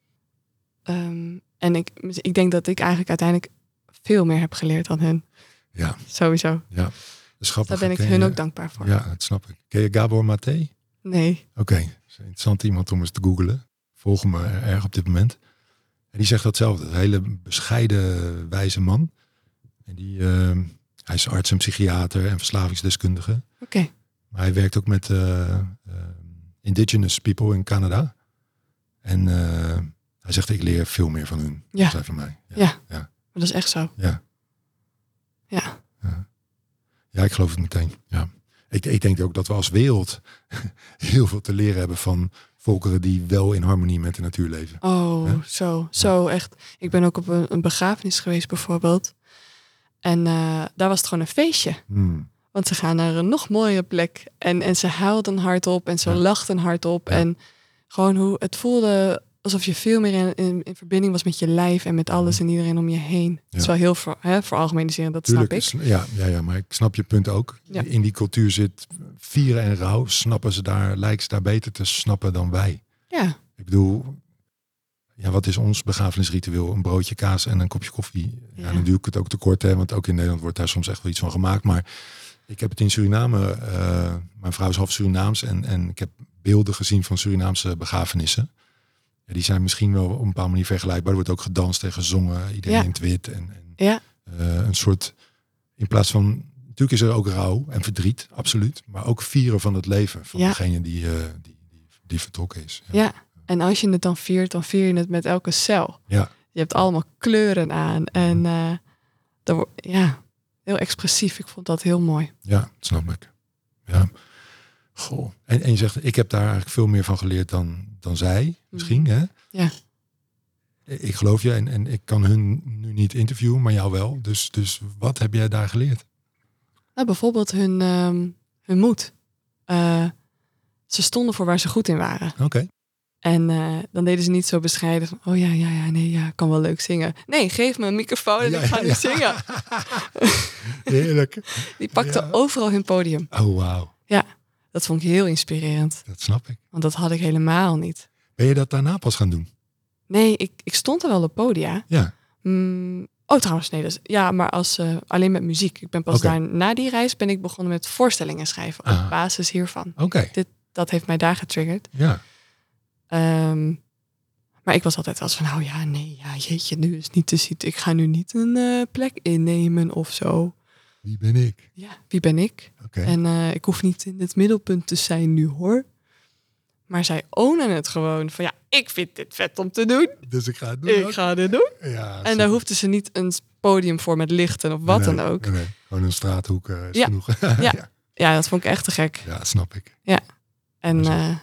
um, en ik, ik denk dat ik eigenlijk uiteindelijk veel meer heb geleerd dan hun. Ja. Sowieso. Ja. Dat Daar ben ik hun je, ook dankbaar voor. Ja, dat snap ik. Ken je Gabor Maté? Nee. Oké, okay. Dat is een interessant iemand om eens te googlen. Volg me erg op dit moment. En die zegt datzelfde. Een hele bescheiden, wijze man. En die... Uh, Hij is arts en psychiater en verslavingsdeskundige. Oké. Okay. Maar hij werkt ook met uh, uh, indigenous people in Canada. En uh, hij zegt, ik leer veel meer van hun. Ja. Dan van mij. Ja. Ja. ja. Maar dat is echt zo. Ja. Ja. Ja, ja ik geloof het meteen. Ja. Ik, ik denk ook dat we als wereld heel veel te leren hebben van volkeren die wel in harmonie met de natuur leven. Oh, ja? zo. Zo echt. Ik ben ook op een, een begrafenis geweest bijvoorbeeld. En uh, daar was het gewoon een feestje. Hmm. Want ze gaan naar een nog mooiere plek. En, en ze huilden hardop en ze ja. lachten hardop. Ja. En gewoon hoe het voelde alsof je veel meer in, in, in verbinding was met je lijf en met alles en iedereen om je heen. Ja. Het is wel heel voor, hè, voor algemeniseren, dat Tuurlijk, snap ik. Ja, ja, ja, maar ik snap je punt ook. Ja. In die cultuur zit vieren en rouw. Snappen ze daar, lijken ze daar beter te snappen dan wij. Ja. Ik bedoel, ja, wat is ons begrafenisritueel? Een broodje kaas en een kopje koffie. Ja, ja dan duw ik het ook tekort, hè, want ook in Nederland wordt daar soms echt wel iets van gemaakt. Maar ik heb het in Suriname, uh, mijn vrouw is half Surinaams en, en ik heb beelden gezien van Surinaamse begrafenissen. Ja, die zijn misschien wel op een bepaalde manier vergelijkbaar. Er wordt ook gedanst en gezongen, iedereen ja. in het wit. En, en ja. uh, een soort, in plaats van, natuurlijk is er ook rouw en verdriet, absoluut. Maar ook vieren van het leven van ja. degene die, uh, die, die, die vertrokken is. Ja. ja, en als je het dan viert, dan vier je het met elke cel. Ja. Je hebt allemaal kleuren aan en uh, dat, ja, heel expressief. Ik vond dat heel mooi. Ja, dat snap ik. Ja. Goh. En, en je zegt, ik heb daar eigenlijk veel meer van geleerd dan, dan zij, misschien. Mm. Hè? Ja. Ik geloof je en, en ik kan hun nu niet interviewen, maar jou wel. Dus, dus wat heb jij daar geleerd? Nou, bijvoorbeeld hun, um, hun moed. Uh, ze stonden voor waar ze goed in waren. Oké. Okay. En uh, dan deden ze niet zo bescheiden van, oh ja, ja, ja, nee, ja, ik kan wel leuk zingen. Nee, geef me een microfoon en ja, ik ga ja, nu ja. zingen. Heerlijk. Die pakten ja. overal hun podium. Oh, wauw. Ja. Dat vond ik heel inspirerend. Dat snap ik. Want dat had ik helemaal niet. Ben je dat daarna pas gaan doen? Nee, ik, ik stond er wel op podia. Ja. Mm, oh, trouwens, nee. Dus, ja, maar als, uh, alleen met muziek. Ik ben pas okay. daar, na die reis ben ik begonnen met voorstellingen schrijven. Ah. Op basis hiervan. Oké. Okay. Dit, dat heeft mij daar getriggerd. Ja. Um, maar ik was altijd als van, nou ja, nee, ja, jeetje, nu is niet te zien. Ik ga nu niet een uh, plek innemen of zo. Wie ben ik? Ja, wie ben ik? Okay. En uh, ik hoef niet in het middelpunt te zijn nu, hoor. Maar zij ownen het gewoon. Van ja, ik vind dit vet om te doen. Dus ik ga het doen. Ik ook. ga dit doen. Ja, en super. Daar hoefden ze niet een podium voor met lichten of wat nee, dan ook. Nee, nee. Gewoon een straathoek uh, is ja. genoeg. ja. ja. ja, dat vond ik echt te gek. Ja, snap ik. Ja. En uh,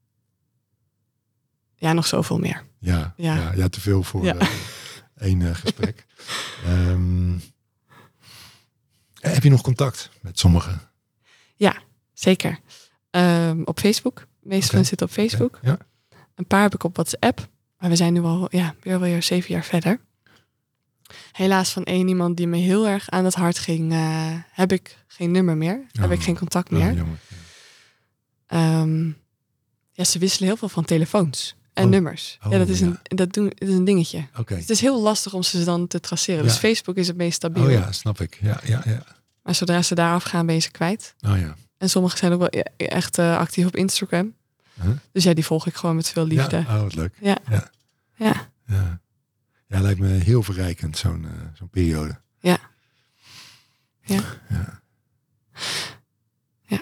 ja, nog zoveel meer. Ja, ja. ja, ja te veel voor ja. uh, één uh, gesprek. um, Heb je nog contact met sommigen? Ja, zeker. Um, op Facebook. De meeste okay. van zitten op Facebook. Okay. Ja. Een paar heb ik op WhatsApp. Maar we zijn nu al ja, weer wel zeven jaar verder. Helaas van één iemand die me heel erg aan het hart ging, uh, heb ik geen nummer meer. Oh. Heb ik geen contact meer. Oh, jammer. Um, ja, ze wisselen heel veel van telefoons en oh. nummers. Oh, ja, dat is, ja. Een, dat doen, dat is een dingetje. Okay. Het is heel lastig om ze dan te traceren. Ja. Dus Facebook is het meest stabiel. Oh ja, snap ik. Ja, ja, ja. Maar zodra ze daar afgaan, ben je ze kwijt. Oh ja. En sommigen zijn ook wel echt uh, actief op Instagram. Huh? Dus ja, die volg ik gewoon met veel liefde. Ja, oh, wat leuk. Ja. Ja. Ja. Ja. Ja, lijkt me heel verrijkend, zo'n, uh, zo'n periode. Ja. Ja. Ja. Ja.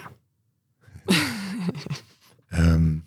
um,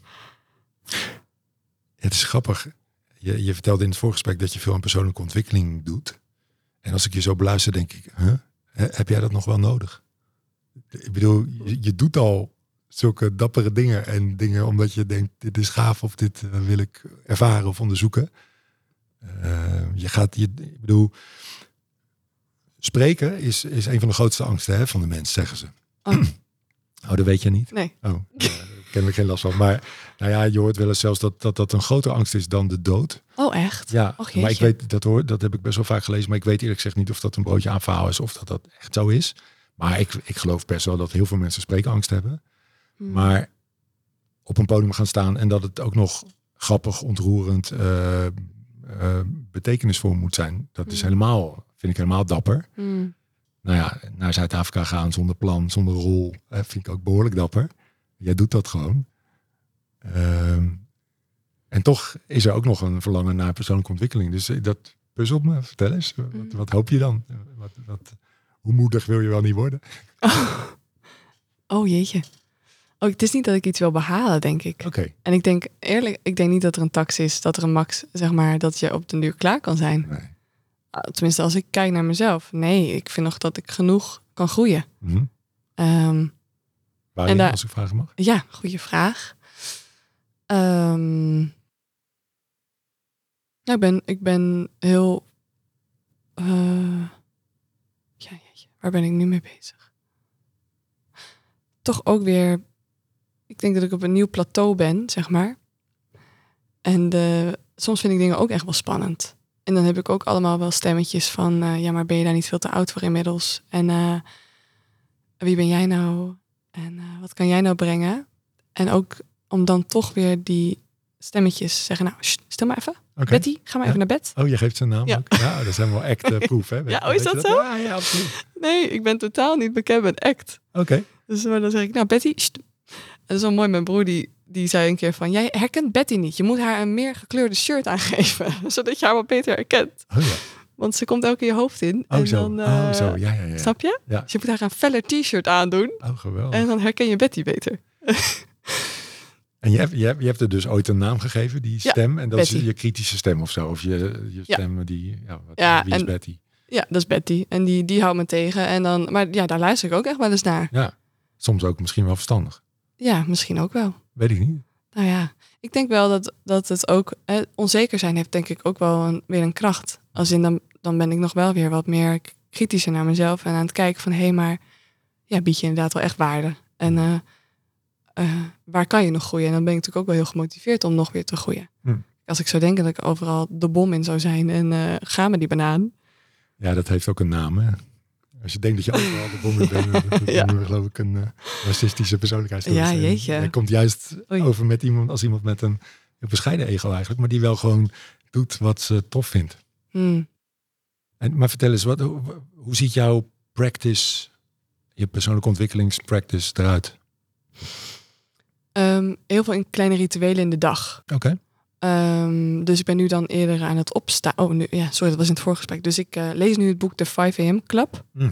het is grappig. Je, je vertelde in het voorgesprek dat je veel aan persoonlijke ontwikkeling doet. En als ik je zo beluister, denk ik, huh? Heb jij dat nog wel nodig? Ik bedoel, je, je doet al zulke dappere dingen en dingen omdat je denkt, dit is gaaf of dit uh, wil ik ervaren of onderzoeken. Uh, je gaat, je, ik bedoel, spreken is, is een van de grootste angsten hè, van de mens, zeggen ze. Oh. Oh, dat weet je niet? Nee. Oh, daar ken ik geen last van. Maar nou ja, je hoort wel eens zelfs dat, dat dat een grotere angst is dan de dood. Oh, echt? Ja, Och, maar ik weet, dat hoor, dat heb ik best wel vaak gelezen, maar ik weet eerlijk gezegd niet of dat een broodje aan verhaal is of dat dat echt zo is. Maar ik, ik geloof best wel dat heel veel mensen spreekangst hebben. Hmm. Maar op een podium gaan staan en dat het ook nog grappig, ontroerend, uh, uh, betekenisvol moet zijn. Dat hmm. is helemaal, vind ik helemaal dapper. Hmm. Nou ja, naar Zuid-Afrika gaan zonder plan, zonder rol, uh, vind ik ook behoorlijk dapper. Jij doet dat gewoon. Uh, en toch is er ook nog een verlangen naar persoonlijke ontwikkeling. Dus dat puzzelt me. Vertel eens, wat, wat hoop je dan? Wat, wat, Hoe moedig wil je wel niet worden? Oh, oh jeetje. Oh, het is niet dat ik iets wil behalen, denk ik. Oké. Okay. En ik denk eerlijk, ik denk niet dat er een tax is, dat er een max, zeg maar, dat je op den duur klaar kan zijn. Nee. Tenminste, als ik kijk naar mezelf. Nee, ik vind nog dat ik genoeg kan groeien. Mm-hmm. Um, Waarin, daar, als ik vragen mag? Ja, goede vraag. Um, ja, ik ben, ik ben heel... Uh, ja, jeetje, waar ben ik nu mee bezig? Toch ook weer... Ik denk dat ik op een nieuw plateau ben, zeg maar. En de, soms vind ik dingen ook echt wel spannend. En dan heb ik ook allemaal wel stemmetjes van... Uh, ja, maar ben je daar niet veel te oud voor inmiddels? En uh, wie ben jij nou? En uh, wat kan jij nou brengen? En ook om dan toch weer die stemmetjes zeggen... Nou, sst, stil maar even. Okay. Betty, ga maar ja. even naar bed. Oh, je geeft zijn naam ja. ook? Ja, dat is helemaal act-proof, hè? Ja, oh, is dat, dat zo? Ja, ja, absoluut. Nee, ik ben totaal niet bekend met act. Oké. Okay. Dus maar dan zeg ik, nou Betty... Sst. En dat is wel mooi, mijn broer die, die zei een keer van... Jij herkent Betty niet. Je moet haar een meer gekleurde shirt aangeven. Zodat je haar wat beter herkent. Oh ja. Want ze komt ook in je hoofd in. Oh en zo, dan, uh, oh, zo. Ja, ja, ja. Snap je? Ja. Dus je moet haar een feller t-shirt aandoen. Oh, geweldig. En dan herken je Betty beter. En je hebt, je, hebt, je hebt er dus ooit een naam gegeven, die stem. Ja, en dat Betty. Is je kritische stem of zo. Of je, je stem ja. die... Ja, wat, ja, wie is en, Betty? Ja, dat is Betty. En die, die houdt me tegen. En dan, maar ja, daar luister ik ook echt wel eens naar. Ja, soms ook misschien wel verstandig. Ja, misschien ook wel. Weet ik niet. Nou ja, ik denk wel dat, dat het ook... Eh, onzeker zijn heeft denk ik ook wel een, weer een kracht. Als in dan, dan ben ik nog wel weer wat meer kritischer naar mezelf. En aan het kijken van, hé, hey, maar... Ja, bied je inderdaad wel echt waarde. En uh, uh, waar kan je nog groeien? En dan ben ik natuurlijk ook wel heel gemotiveerd om nog weer te groeien. Hm. Als ik zou denken dat ik overal de bom in zou zijn en uh, ga met die banaan. Ja, dat heeft ook een naam, hè? Als je denkt dat je overal de bom in bent, dan ja. ben je geloof ik een uh, racistische persoonlijkheid. Ja, jeetje. Hij komt juist Oei. over met iemand als iemand met een, een bescheiden ego eigenlijk, maar die wel gewoon doet wat ze tof vindt. Hm. En, maar vertel eens, wat, hoe, hoe ziet jouw practice, je persoonlijke ontwikkelingspractice eruit? Um, heel veel in kleine rituelen in de dag. Oké. Okay. Um, dus ik ben nu dan eerder aan het opstaan. Oh, nu, ja, sorry, dat was in het voorgesprek. Dus ik uh, lees nu het boek The vijf a.m. Club. Mm.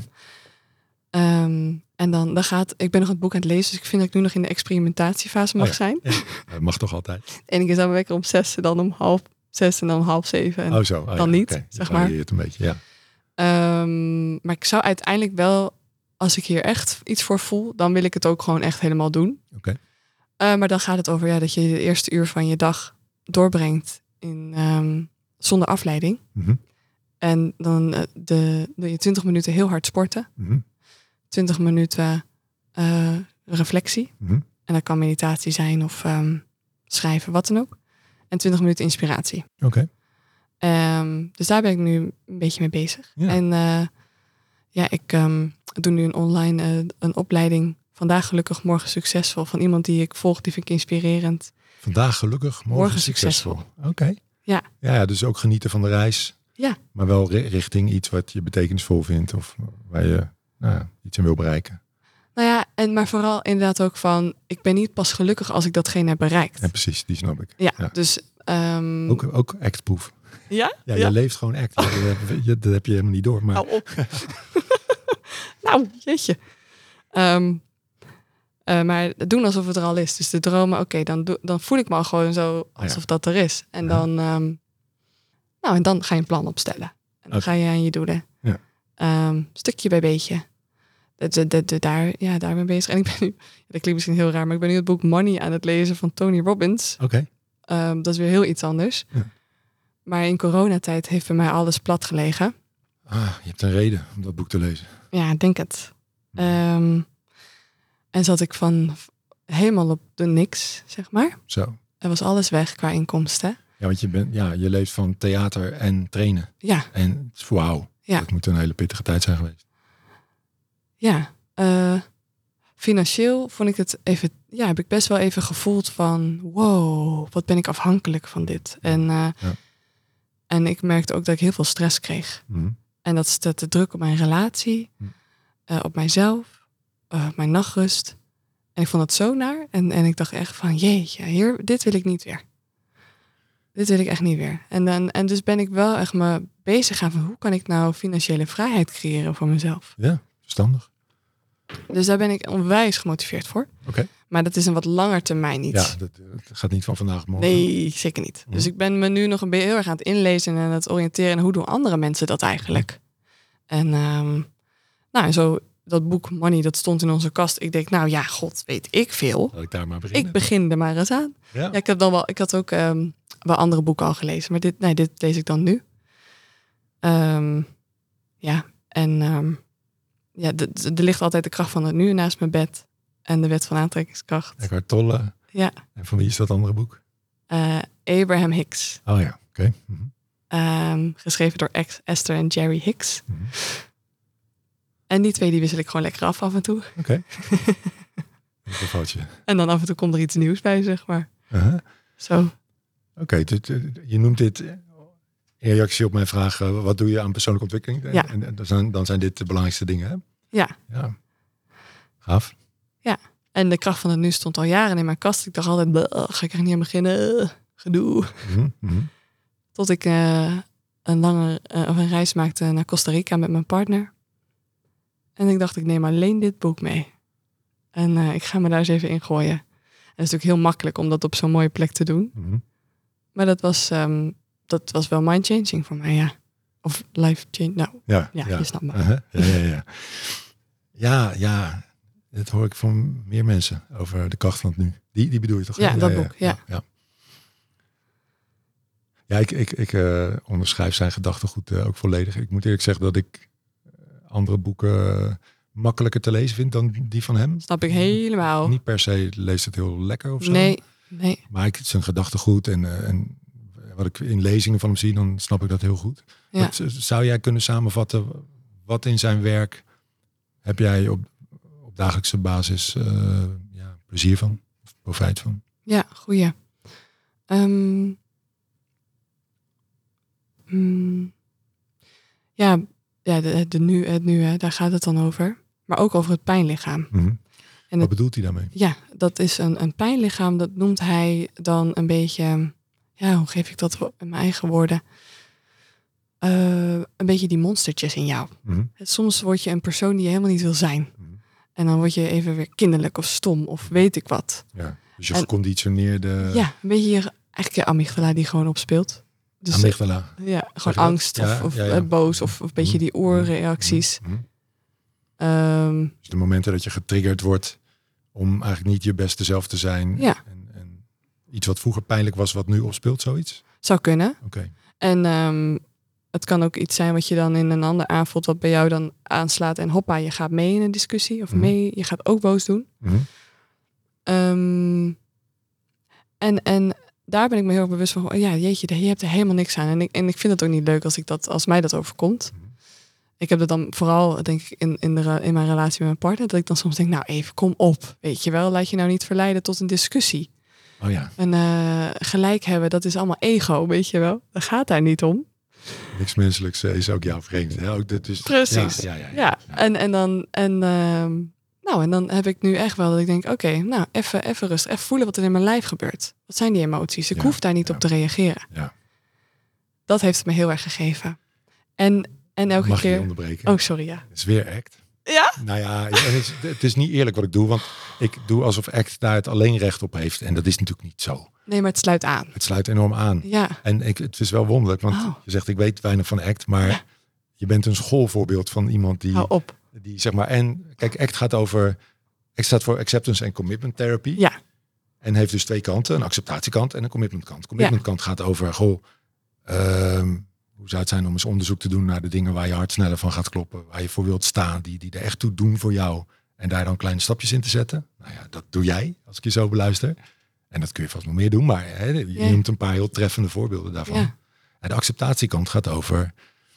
Um, en dan, dan gaat... Ik ben nog het boek aan het lezen, dus ik vind dat ik nu nog in de experimentatiefase mag oh ja. zijn. Ja, dat mag toch altijd? En ik is dan wekker om zes en dan om half zes en dan om half zeven. En oh zo. Oh, dan ja, niet, okay. zeg maar. Je het een beetje, ja. Um, maar ik zou uiteindelijk wel, als ik hier echt iets voor voel, dan wil ik het ook gewoon echt helemaal doen. Oké. Okay. Uh, maar dan gaat het over ja, dat je de eerste uur van je dag doorbrengt in, um, zonder afleiding. Mm-hmm. En dan uh, de, doe je twintig minuten heel hard sporten. Mm-hmm. twintig minuten uh, reflectie. Mm-hmm. En dat kan meditatie zijn of um, schrijven, wat dan ook. En twintig minuten inspiratie. Oké. Okay. Um, dus daar ben ik nu een beetje mee bezig. Ja. En uh, ja, ik um, doe nu een online uh, een opleiding. Vandaag gelukkig, morgen succesvol. Van iemand die ik volg, die vind ik inspirerend. Vandaag gelukkig, morgen, morgen succesvol. succesvol. Oké. Okay. Ja. Ja, dus ook genieten van de reis. Ja. Maar wel richting iets wat je betekenisvol vindt. Of waar je nou ja, iets in wil bereiken. Nou ja, en maar vooral inderdaad ook van... Ik ben niet pas gelukkig als ik datgene heb bereikt. Ja, precies. Die snap ik. Ja, ja. dus... Um... Ook, ook act-proof. Ja? Ja, je ja. leeft gewoon act. Dat, je, dat heb je helemaal niet door. Maar... Nou op. nou, jeetje. Um, uh, maar doen alsof het er al is. Dus de dromen, oké, okay, dan, do- dan voel ik me al gewoon zo alsof ja. dat er is. En ja. dan, um, nou, en dan ga je een plan opstellen. En dan okay. ga je aan je doelen. Ja. Um, stukje bij beetje. De, de, de, de, daar, ja, daar ben ik bezig. En ik ben nu, dat klinkt misschien heel raar, maar ik ben nu het boek Money aan het lezen van Tony Robbins. Oké. Okay. Um, dat is weer heel iets anders. Ja. Maar in coronatijd heeft bij mij alles plat gelegen. Ah, je hebt een reden om dat boek te lezen. Ja, ik denk het. Um, en zat ik van helemaal op de niks, zeg maar. Zo. Er was alles weg qua inkomsten. Ja, want je, bent, ja, je leeft van theater en trainen. Ja. En wauw, ja. dat moet een hele pittige tijd zijn geweest. Ja. Uh, financieel vond ik het even... Ja, heb ik best wel even gevoeld van... Wow, wat ben ik afhankelijk van dit. En, uh, ja. en ik merkte ook dat ik heel veel stress kreeg. Mm-hmm. En dat zette druk op mijn relatie. Mm. Uh, op mijzelf. Uh, op mijn nachtrust. En ik vond het zo naar. En, en ik dacht echt van... Jeetje, hier, dit wil ik niet weer. Dit wil ik echt niet weer. En, dan, en dus ben ik wel echt me bezig gaan van hoe kan ik nou financiële vrijheid creëren voor mezelf. Ja, verstandig. Dus daar ben ik onwijs gemotiveerd voor. Oké. Okay. Maar dat is een wat langer termijn iets. Ja, dat, dat gaat niet van vandaag op morgen. Nee, zeker niet. Mm. Dus ik ben me nu nog een beetje heel erg aan het inlezen en aan het oriënteren. En hoe doen andere mensen dat eigenlijk? En um, nou, en zo dat boek Money, dat stond in onze kast. Ik denk, nou ja, god, weet ik veel. Laat ik daar maar beginnen. Ik begin er maar eens aan. Ja, ja ik heb dan wel, ik had ook um, wel andere boeken al gelezen, maar dit, nee, dit lees ik dan nu. Um, ja, en um, ja, er ligt altijd de kracht van het nu naast mijn bed en de wet van aantrekkingskracht. Eckhart Tolle. Ja. En van wie is dat andere boek? Uh, Abraham Hicks. Oh ja, oké. Okay. Mm-hmm. Um, geschreven door Esther en Jerry Hicks. Mm-hmm. En die twee die wissel ik gewoon lekker af af en toe. Oké. Okay. En dan af en toe komt er iets nieuws bij, zeg maar. Uh-huh. Zo. Oké, okay, je noemt dit in reactie op mijn vraag, uh, wat doe je aan persoonlijke ontwikkeling? Ja. En, en dan, zijn, dan zijn dit de belangrijkste dingen, hè? Ja. Ja. Gaaf. Ja. En de kracht van het nu stond al jaren in mijn kast. Ik dacht altijd, ga ik er niet aan beginnen? Gedoe. Mm-hmm. Mm-hmm. Tot ik uh, een lange uh, of een reis maakte naar Costa Rica met mijn partner. En ik dacht, ik neem alleen dit boek mee. En uh, ik ga me daar eens even in gooien. En het is natuurlijk heel makkelijk om dat op zo'n mooie plek te doen. Mm-hmm. Maar dat was, um, dat was wel mind-changing voor mij, ja. Of life-changing, nou, ja, ja, ja. je snapt me. Uh-huh. Ja, ja, ja. ja, ja. Dat hoor ik van meer mensen over de kracht van het nu. Die, die bedoel je toch? Ja, ja dat ja, boek, ja. Ja, ja. ja ik, ik, ik uh, onderschrijf zijn gedachtegoed uh, ook volledig. Ik moet eerlijk zeggen dat ik andere boeken uh, makkelijker te lezen vind dan die van hem. Snap ik helemaal. Niet per se leest het heel lekker of zo. Nee, nee. Maar ik zijn gedachtegoed en, uh, en wat ik in lezingen van hem zie, dan snap ik dat heel goed. Ja. Wat, zou jij kunnen samenvatten, wat in zijn werk heb jij op, op dagelijkse basis uh, ja, plezier van, of profijt van? Ja, goeie. Um, mm, ja, ja de, de nu, het nu, hè, daar gaat het dan over. Maar ook over het pijnlichaam. Mm-hmm. En wat het, bedoelt hij daarmee? Ja, dat is een, een pijnlichaam, dat noemt hij dan een beetje, ja, hoe geef ik dat in mijn eigen woorden? Uh, een beetje die monstertjes in jou. Mm-hmm. Soms word je een persoon die je helemaal niet wil zijn. Mm-hmm. En dan word je even weer kinderlijk of stom of weet ik wat. Ja, dus je en, geconditioneerde... Ja, een beetje je, eigenlijk je amygdala die gewoon opspeelt. Dus, amygdala? Ja, gewoon angst of, ja, of ja, ja. boos of, of een beetje die oorreacties. Mm-hmm. Um, dus de momenten dat je getriggerd wordt om eigenlijk niet je beste zelf te zijn. Ja. En, en iets wat vroeger pijnlijk was, wat nu opspeelt, zoiets? Zou kunnen. Oké. Okay. En um, het kan ook iets zijn wat je dan in een ander aanvoelt, wat bij jou dan aanslaat. En hoppa, je gaat mee in een discussie. Of mm-hmm. mee, je gaat ook boos doen. Mm-hmm. Um, en, en daar ben ik me heel erg bewust van. Oh ja, jeetje, je hebt er helemaal niks aan. En ik, en ik vind het ook niet leuk als, ik dat, als mij dat overkomt. Mm-hmm. Ik heb het dan vooral, denk ik, in, in, de, in mijn relatie met mijn partner. Dat ik dan soms denk, nou even, kom op. Weet je wel, laat je nou niet verleiden tot een discussie. Oh ja. En uh, gelijk hebben, dat is allemaal ego, weet je wel. Dat gaat daar niet om. Niks menselijks is ook jouw vreemd. Ja, ook dit is, precies. Ja, ja, ja, ja, ja. ja. En, en, dan, en, uh, nou, en dan heb ik nu echt wel dat ik denk, oké, okay, nou, even, even rust. Even voelen wat er in mijn lijf gebeurt. Wat zijn die emoties? Ik ja, hoef daar niet ja. op te reageren. Ja. Dat heeft het me heel erg gegeven. En, en elke Mag keer... je onderbreken? Oh, sorry, ja. Het is weer act. Ja? Nou ja, het is, het is niet eerlijk wat ik doe, want ik doe alsof act daar het alleen recht op heeft. En dat is natuurlijk niet zo. Nee, maar het sluit aan. Het sluit enorm aan. Ja. En ik, het is wel wonderlijk, want oh. je zegt ik weet weinig van act, maar ja. je bent een schoolvoorbeeld van iemand die... Hou op. Die zeg maar, en kijk, act gaat over... Act staat voor acceptance en commitment therapy. Ja. En heeft dus twee kanten, een acceptatiekant en een commitment kant. Commitment kant gaat over, goh, um, hoe zou het zijn om eens onderzoek te doen naar de dingen waar je hart sneller van gaat kloppen, waar je voor wilt staan, die, die er echt toe doen voor jou. En daar dan kleine stapjes in te zetten. Nou ja, dat doe jij, als ik je zo beluister. En dat kun je vast nog meer doen, maar hè, je ja. noemt een paar heel treffende voorbeelden daarvan. Ja. En de acceptatiekant gaat over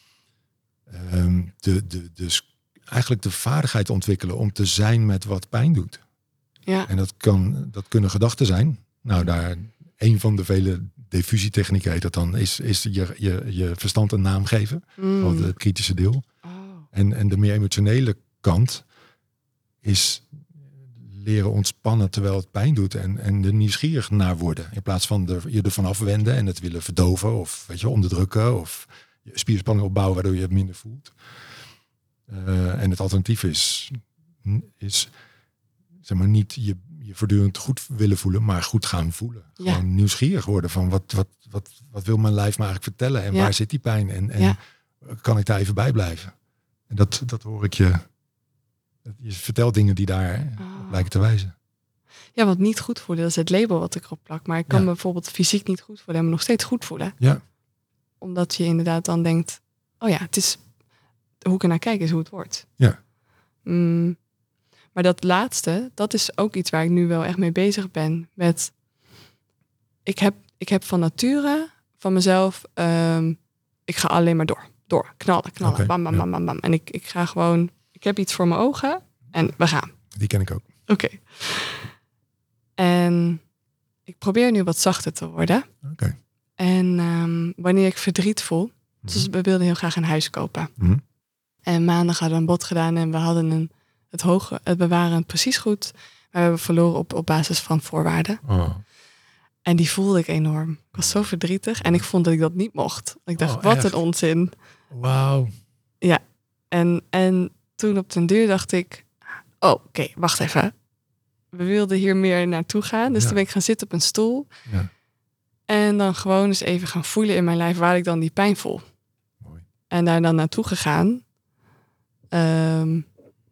um, de, de, de, eigenlijk de vaardigheid ontwikkelen om te zijn met wat pijn doet. Ja. En dat, kan, dat kunnen gedachten zijn. Nou, daar een van de vele diffusietechnieken heet dat dan, is, is je, je, je verstand een naam geven. Mm. Of het kritische deel. Oh. En, en de meer emotionele kant is leren ontspannen terwijl het pijn doet. En, en er nieuwsgierig naar worden. In plaats van de, je ervan afwenden en het willen verdoven. Of weet je, onderdrukken. Of je spierspanning opbouwen waardoor je het minder voelt. Uh, en het alternatief is, is zeg maar niet je, je voortdurend goed willen voelen, maar goed gaan voelen. Ja. Gewoon nieuwsgierig worden van wat, wat, wat, wat wil mijn lijf me eigenlijk vertellen en ja. waar zit die pijn en, en ja. kan ik daar even bij blijven? En dat, dat hoor ik je. Je vertelt dingen die daar oh. op lijken te wijzen. Ja, want niet goed voelen, dat is het label wat ik erop plak. Maar ik kan ja. me bijvoorbeeld fysiek niet goed voelen en me nog steeds goed voelen. Ja. Omdat je inderdaad dan denkt, oh ja, het is hoe ik er naar kijk is hoe het wordt. Ja. Mm, maar dat laatste, dat is ook iets waar ik nu wel echt mee bezig ben. Met, ik heb, ik heb van nature, van mezelf, um, ik ga alleen maar door. Door, knallen, knallen, okay, bam, bam, ja. bam, bam, bam. En ik, ik ga gewoon, ik heb iets voor mijn ogen en we gaan. Die ken ik ook. Oké. Okay. En ik probeer nu wat zachter te worden. Oké. Okay. En um, wanneer ik verdriet voel, mm-hmm. dus we wilden heel graag een huis kopen. Mm-hmm. En maandag hadden we een bod gedaan en we hadden een, het hoge, het bewaren precies goed. Maar we hebben verloren op, op basis van voorwaarden. Oh. En die voelde ik enorm. Ik was zo verdrietig en ik vond dat ik dat niet mocht. Ik dacht, oh, wat echt? Een onzin. Wauw. Ja, en, en toen op den duur dacht ik, oh, oké, okay, wacht even. We wilden hier meer naartoe gaan. Dus ja. toen ben ik gaan zitten op een stoel. Ja. En dan gewoon eens even gaan voelen in mijn lijf waar ik dan die pijn voel. Mooi. En daar dan naartoe gegaan. Um,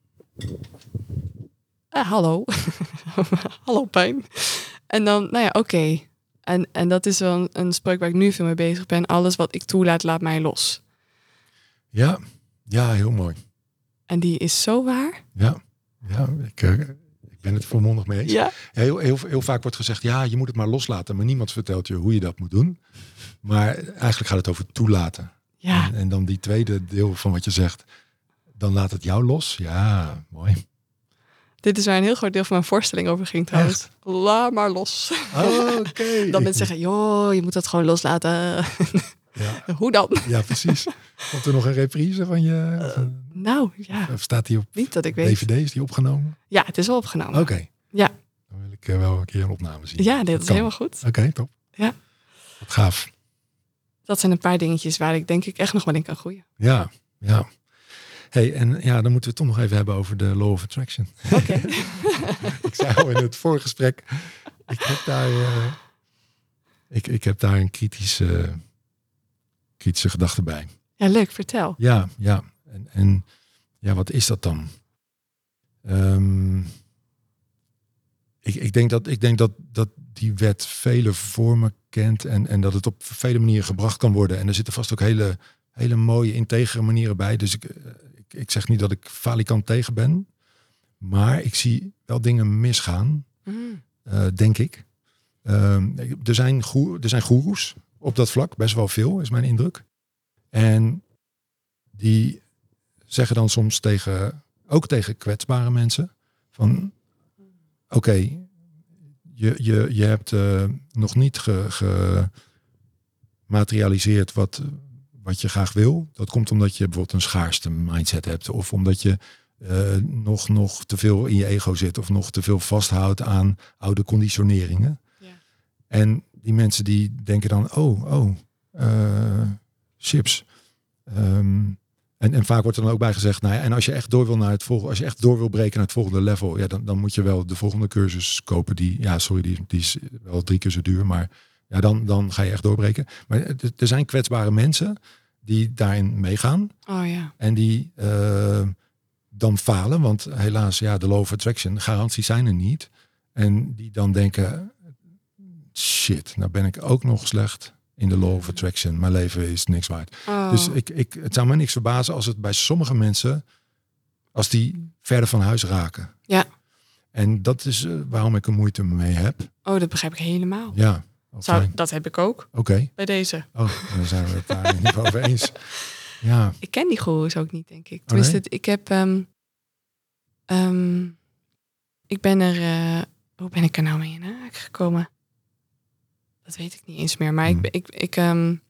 ah, hallo. Hallo pijn. En dan, nou ja, oké. Okay. En, en dat is wel een, een spreuk waar ik nu veel mee bezig ben. Alles wat ik toelaat, laat mij los. Ja, ja, heel mooi. En die is zo waar. Ja, ja ik, uh, ik ben het volmondig mee eens. Ja. Heel, heel, heel vaak wordt gezegd, ja, je moet het maar loslaten. Maar niemand vertelt je hoe je dat moet doen. Maar eigenlijk gaat het over toelaten. Ja. En, en dan die tweede deel van wat je zegt, dan laat het jou los. Ja, mooi. Dit is waar een heel groot deel van mijn voorstelling over ging trouwens. Echt? Laat maar los. Oh, oké. Okay. Dan mensen zeggen, joh, je moet dat gewoon loslaten. Ja. Hoe dan? Ja, precies. Komt er nog een reprise van je? Uh, nou, ja. Of staat die op Niet dat ik weet. D V D? Is die opgenomen? Ja, het is wel opgenomen. Oké. Okay. Ja. Dan wil ik uh, wel een keer een opname zien. Ja, dit is helemaal goed. Oké, okay, top. Ja. Wat gaaf. Dat zijn een paar dingetjes waar ik denk ik echt nog wel in kan groeien. Ja, ja. Hey, en ja, dan moeten we het toch nog even hebben over de Law of Attraction. Oké. Okay. Ik zei al in het voorgesprek, ik heb daar, uh, ik, ik heb daar een kritische, kritische gedachte bij. Ja, leuk, vertel. Ja, ja. En, en ja, wat is dat dan? Um, ik, ik denk, dat, ik denk dat, dat die wet vele vormen kent en, en dat het op vele manieren gebracht kan worden. En er zitten vast ook hele, hele mooie, integere manieren bij. Dus ik, ik, ik zeg niet dat ik falikant tegen ben. Maar ik zie wel dingen misgaan, mm. uh, denk ik. Uh, er, zijn goe- er zijn goeroes op dat vlak, best wel veel, is mijn indruk. En die zeggen dan soms tegen, ook tegen kwetsbare mensen, van oké, okay, je, je, je hebt uh, nog niet gematerialiseerd wat, wat je graag wil. Dat komt omdat je bijvoorbeeld een schaarste mindset hebt, of omdat je Uh, nog, nog te veel in je ego zit of nog te veel vasthoudt aan oude conditioneringen. Ja. En die mensen die denken dan, oh, oh, uh, chips. Um, en, en vaak wordt er dan ook bij gezegd, nou ja, en als je echt door wil naar het volgende, als je echt door wil breken naar het volgende level, ja, dan, dan moet je wel de volgende cursus kopen. Die, ja, sorry, die, die is wel drie keer zo duur, maar ja, dan, dan ga je echt doorbreken. Maar er zijn kwetsbare mensen die daarin meegaan. Oh ja. En die uh, dan falen, want helaas, ja, de law of attraction, garanties zijn er niet. En die dan denken, shit, nou ben ik ook nog slecht in de law of attraction. Mijn leven is niks waard. Oh. Dus ik, ik, het zou me niks verbazen als het bij sommige mensen, als die verder van huis raken. Ja. En dat is uh, waarom ik er moeite mee heb. Oh, dat begrijp ik helemaal. Ja. Zou, dat heb ik ook. Oké. Okay. Bij deze. Oh, dan zijn we het daar niet over eens. Ja. Ik ken die goeroes ook niet, denk ik. Tenminste, oh, nee? ik heb... Um, um, ik ben er... Uh, hoe ben ik er nou mee in hè, gekomen? Dat weet ik niet eens meer. Maar mm. ik, ik, ik, um,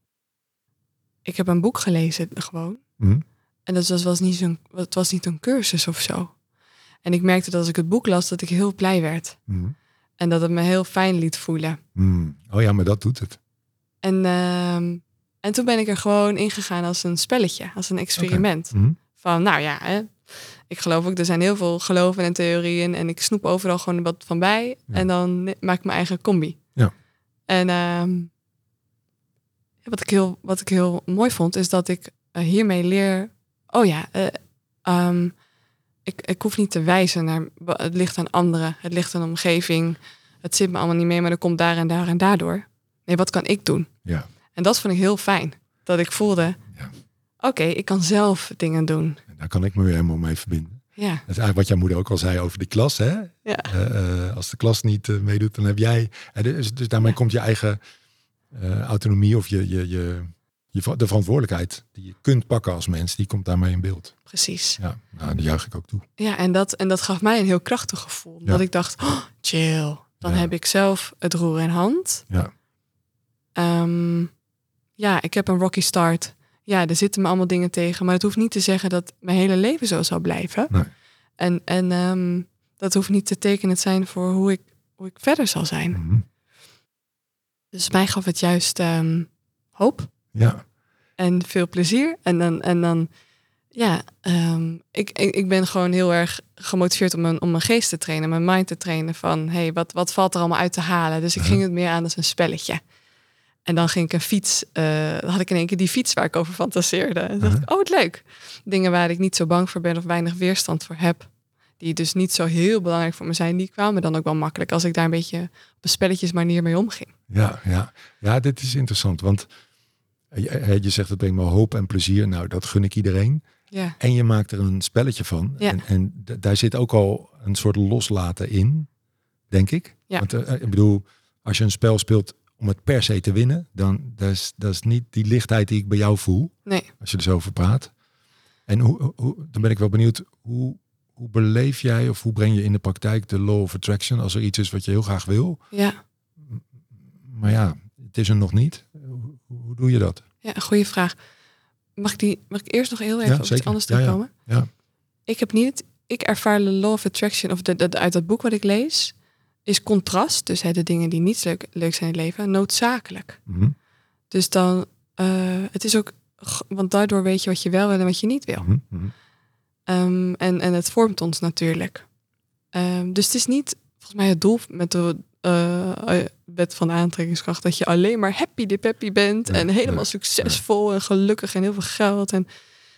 ik heb een boek gelezen, gewoon. Mm. En dat was, was niet zo'n, het was niet een cursus of zo. En ik merkte dat als ik het boek las, dat ik heel blij werd. Mm. En dat het me heel fijn liet voelen. Mm. Oh ja, maar dat doet het. En, um, En toen ben ik er gewoon ingegaan als een spelletje, als een experiment. Okay. Mm-hmm. Van, nou ja, hè, ik geloof ook, er zijn heel veel geloven en theorieën. En ik snoep overal gewoon wat van bij. Ja. En dan maak ik mijn eigen combi. Ja. En uh, wat, ik heel, wat ik heel mooi vond, is dat ik uh, hiermee leer... Oh ja, uh, um, ik, ik hoef niet te wijzen naar... Het ligt aan anderen, het ligt aan de omgeving. Het zit me allemaal niet mee, maar er komt daar en daar en daardoor. Nee, wat kan ik doen? Ja. En dat vond ik heel fijn. Dat ik voelde, ja. oké, okay, ik kan zelf dingen doen. En daar kan ik me weer helemaal mee verbinden. Ja. Dat is eigenlijk wat jouw moeder ook al zei over die klas. Hè? Ja. Uh, uh, als de klas niet uh, meedoet, dan heb jij... Uh, dus, dus daarmee ja. komt je eigen uh, autonomie of je, je, je, je, de verantwoordelijkheid die je kunt pakken als mens, die komt daarmee in beeld. Precies. Ja, nou, daar juich ik ook toe. Ja, en dat, en dat gaf mij een heel krachtig gevoel. Ja. Dat ik dacht, oh, chill. Dan ja. heb ik zelf het roer in hand. Ja. Um, ja, ik heb een rocky start. Ja, er zitten me allemaal dingen tegen. Maar het hoeft niet te zeggen dat mijn hele leven zo zal blijven. Nee. En, en um, dat hoeft niet te tekenend zijn voor hoe ik, hoe ik verder zal zijn. Mm-hmm. Dus mij gaf het juist um, hoop. Ja. En veel plezier. En dan, en dan ja, um, ik, ik, ik ben gewoon heel erg gemotiveerd om mijn, om mijn geest te trainen. Mijn mind te trainen van, hey, wat, wat valt er allemaal uit te halen? Dus ik uh-huh. ging het meer aan als een spelletje. En dan ging ik een fiets, uh, had ik in één keer die fiets waar ik over fantaseerde. En dacht uh-huh. ik, oh, wat leuk. Dingen waar ik niet zo bang voor ben of weinig weerstand voor heb. Die dus niet zo heel belangrijk voor me zijn. Die kwamen dan ook wel makkelijk als ik daar een beetje op een spelletjesmanier mee omging. Ja, ja. ja, dit is interessant. Want je, je zegt het brengt me hoop en plezier. Nou, dat gun ik iedereen. Ja. En je maakt er een spelletje van. Ja. En, en d- daar zit ook al een soort loslaten in, denk ik. Ja. Want uh, ik bedoel, als je een spel speelt om het per se te winnen, dan dat is, dat is niet die lichtheid die ik bij jou voel. Nee. Als je er zo over praat. En hoe, hoe, dan ben ik wel benieuwd, hoe, hoe beleef jij of hoe breng je in de praktijk de law of attraction als er iets is wat je heel graag wil? Ja. Maar ja, het is er nog niet. Hoe, hoe doe je dat? Ja, een goede vraag. Mag ik, die, mag ik eerst nog heel even ja, op iets anders terugkomen? Ja, ja. Ja. Ik heb niet, ik ervaar de law of attraction, of de, de, uit dat boek wat ik lees, is contrast. Dus hè, de dingen die niet leuk, leuk zijn in het leven, noodzakelijk. Mm-hmm. Dus dan, uh, het is ook, want daardoor weet je wat je wel wil en wat je niet wil. Mm-hmm. Um, en, en het vormt ons natuurlijk. Um, dus het is niet, volgens mij het doel met de uh, wet van de aantrekkingskracht, dat je alleen maar happy de peppy bent. Ja, en helemaal ja, succesvol ja. en gelukkig en heel veel geld. En,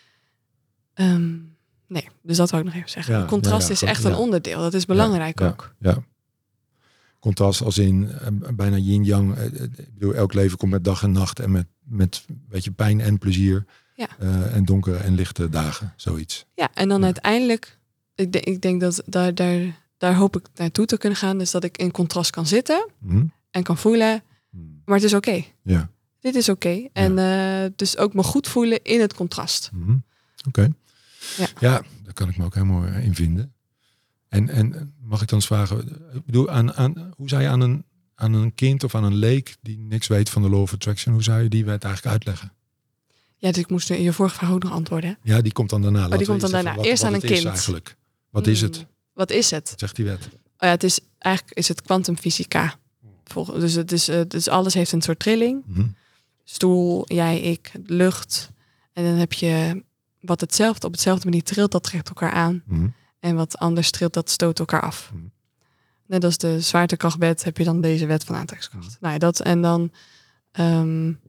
um, nee, dus dat wou ik nog even zeggen. Ja, contrast ja, ja, is echt ja. een onderdeel. Dat is belangrijk ja, ja, ook. Ja. Contrast als in uh, bijna yin-yang. Uh, ik bedoel, elk leven komt met dag en nacht en met, met weet je, pijn en plezier. Ja. Uh, en donkere en lichte dagen, zoiets. Ja, en dan ja. uiteindelijk, ik, de, ik denk dat daar, daar, daar hoop ik naartoe te kunnen gaan. Dus dat ik in contrast kan zitten mm. en kan voelen. Mm. Maar het is oké. Okay. Ja. Dit is oké. Okay. En ja. uh, dus ook me goed voelen in het contrast. Mm-hmm. Oké. Okay. Ja. ja, daar kan ik me ook helemaal in vinden. En, en mag ik dan eens vragen, ik bedoel, aan, aan, hoe zou je aan een, aan een kind of aan een leek die niks weet van de law of attraction, hoe zou je die wet eigenlijk uitleggen? Ja, dus ik moest in je vorige vraag ook nog antwoorden. Ja, die komt dan daarna. Oh, die komt dan daarna. Wat, Eerst wat aan een kind. Eigenlijk. Wat is het? Wat is het? Wat zegt die wet? Oh ja, het is eigenlijk is het kwantumfysica. Dus het is, dus alles heeft een soort trilling. Mm-hmm. Stoel, jij, ik, lucht. En dan heb je wat hetzelfde op hetzelfde manier trilt, dat trekt elkaar aan. Mm-hmm. En wat anders trilt, dat stoot elkaar af. Mm-hmm. Net als de zwaartekrachtwet heb je dan deze wet van aantrekkingskracht. Mm-hmm. Nou ja, dat en dan. Um,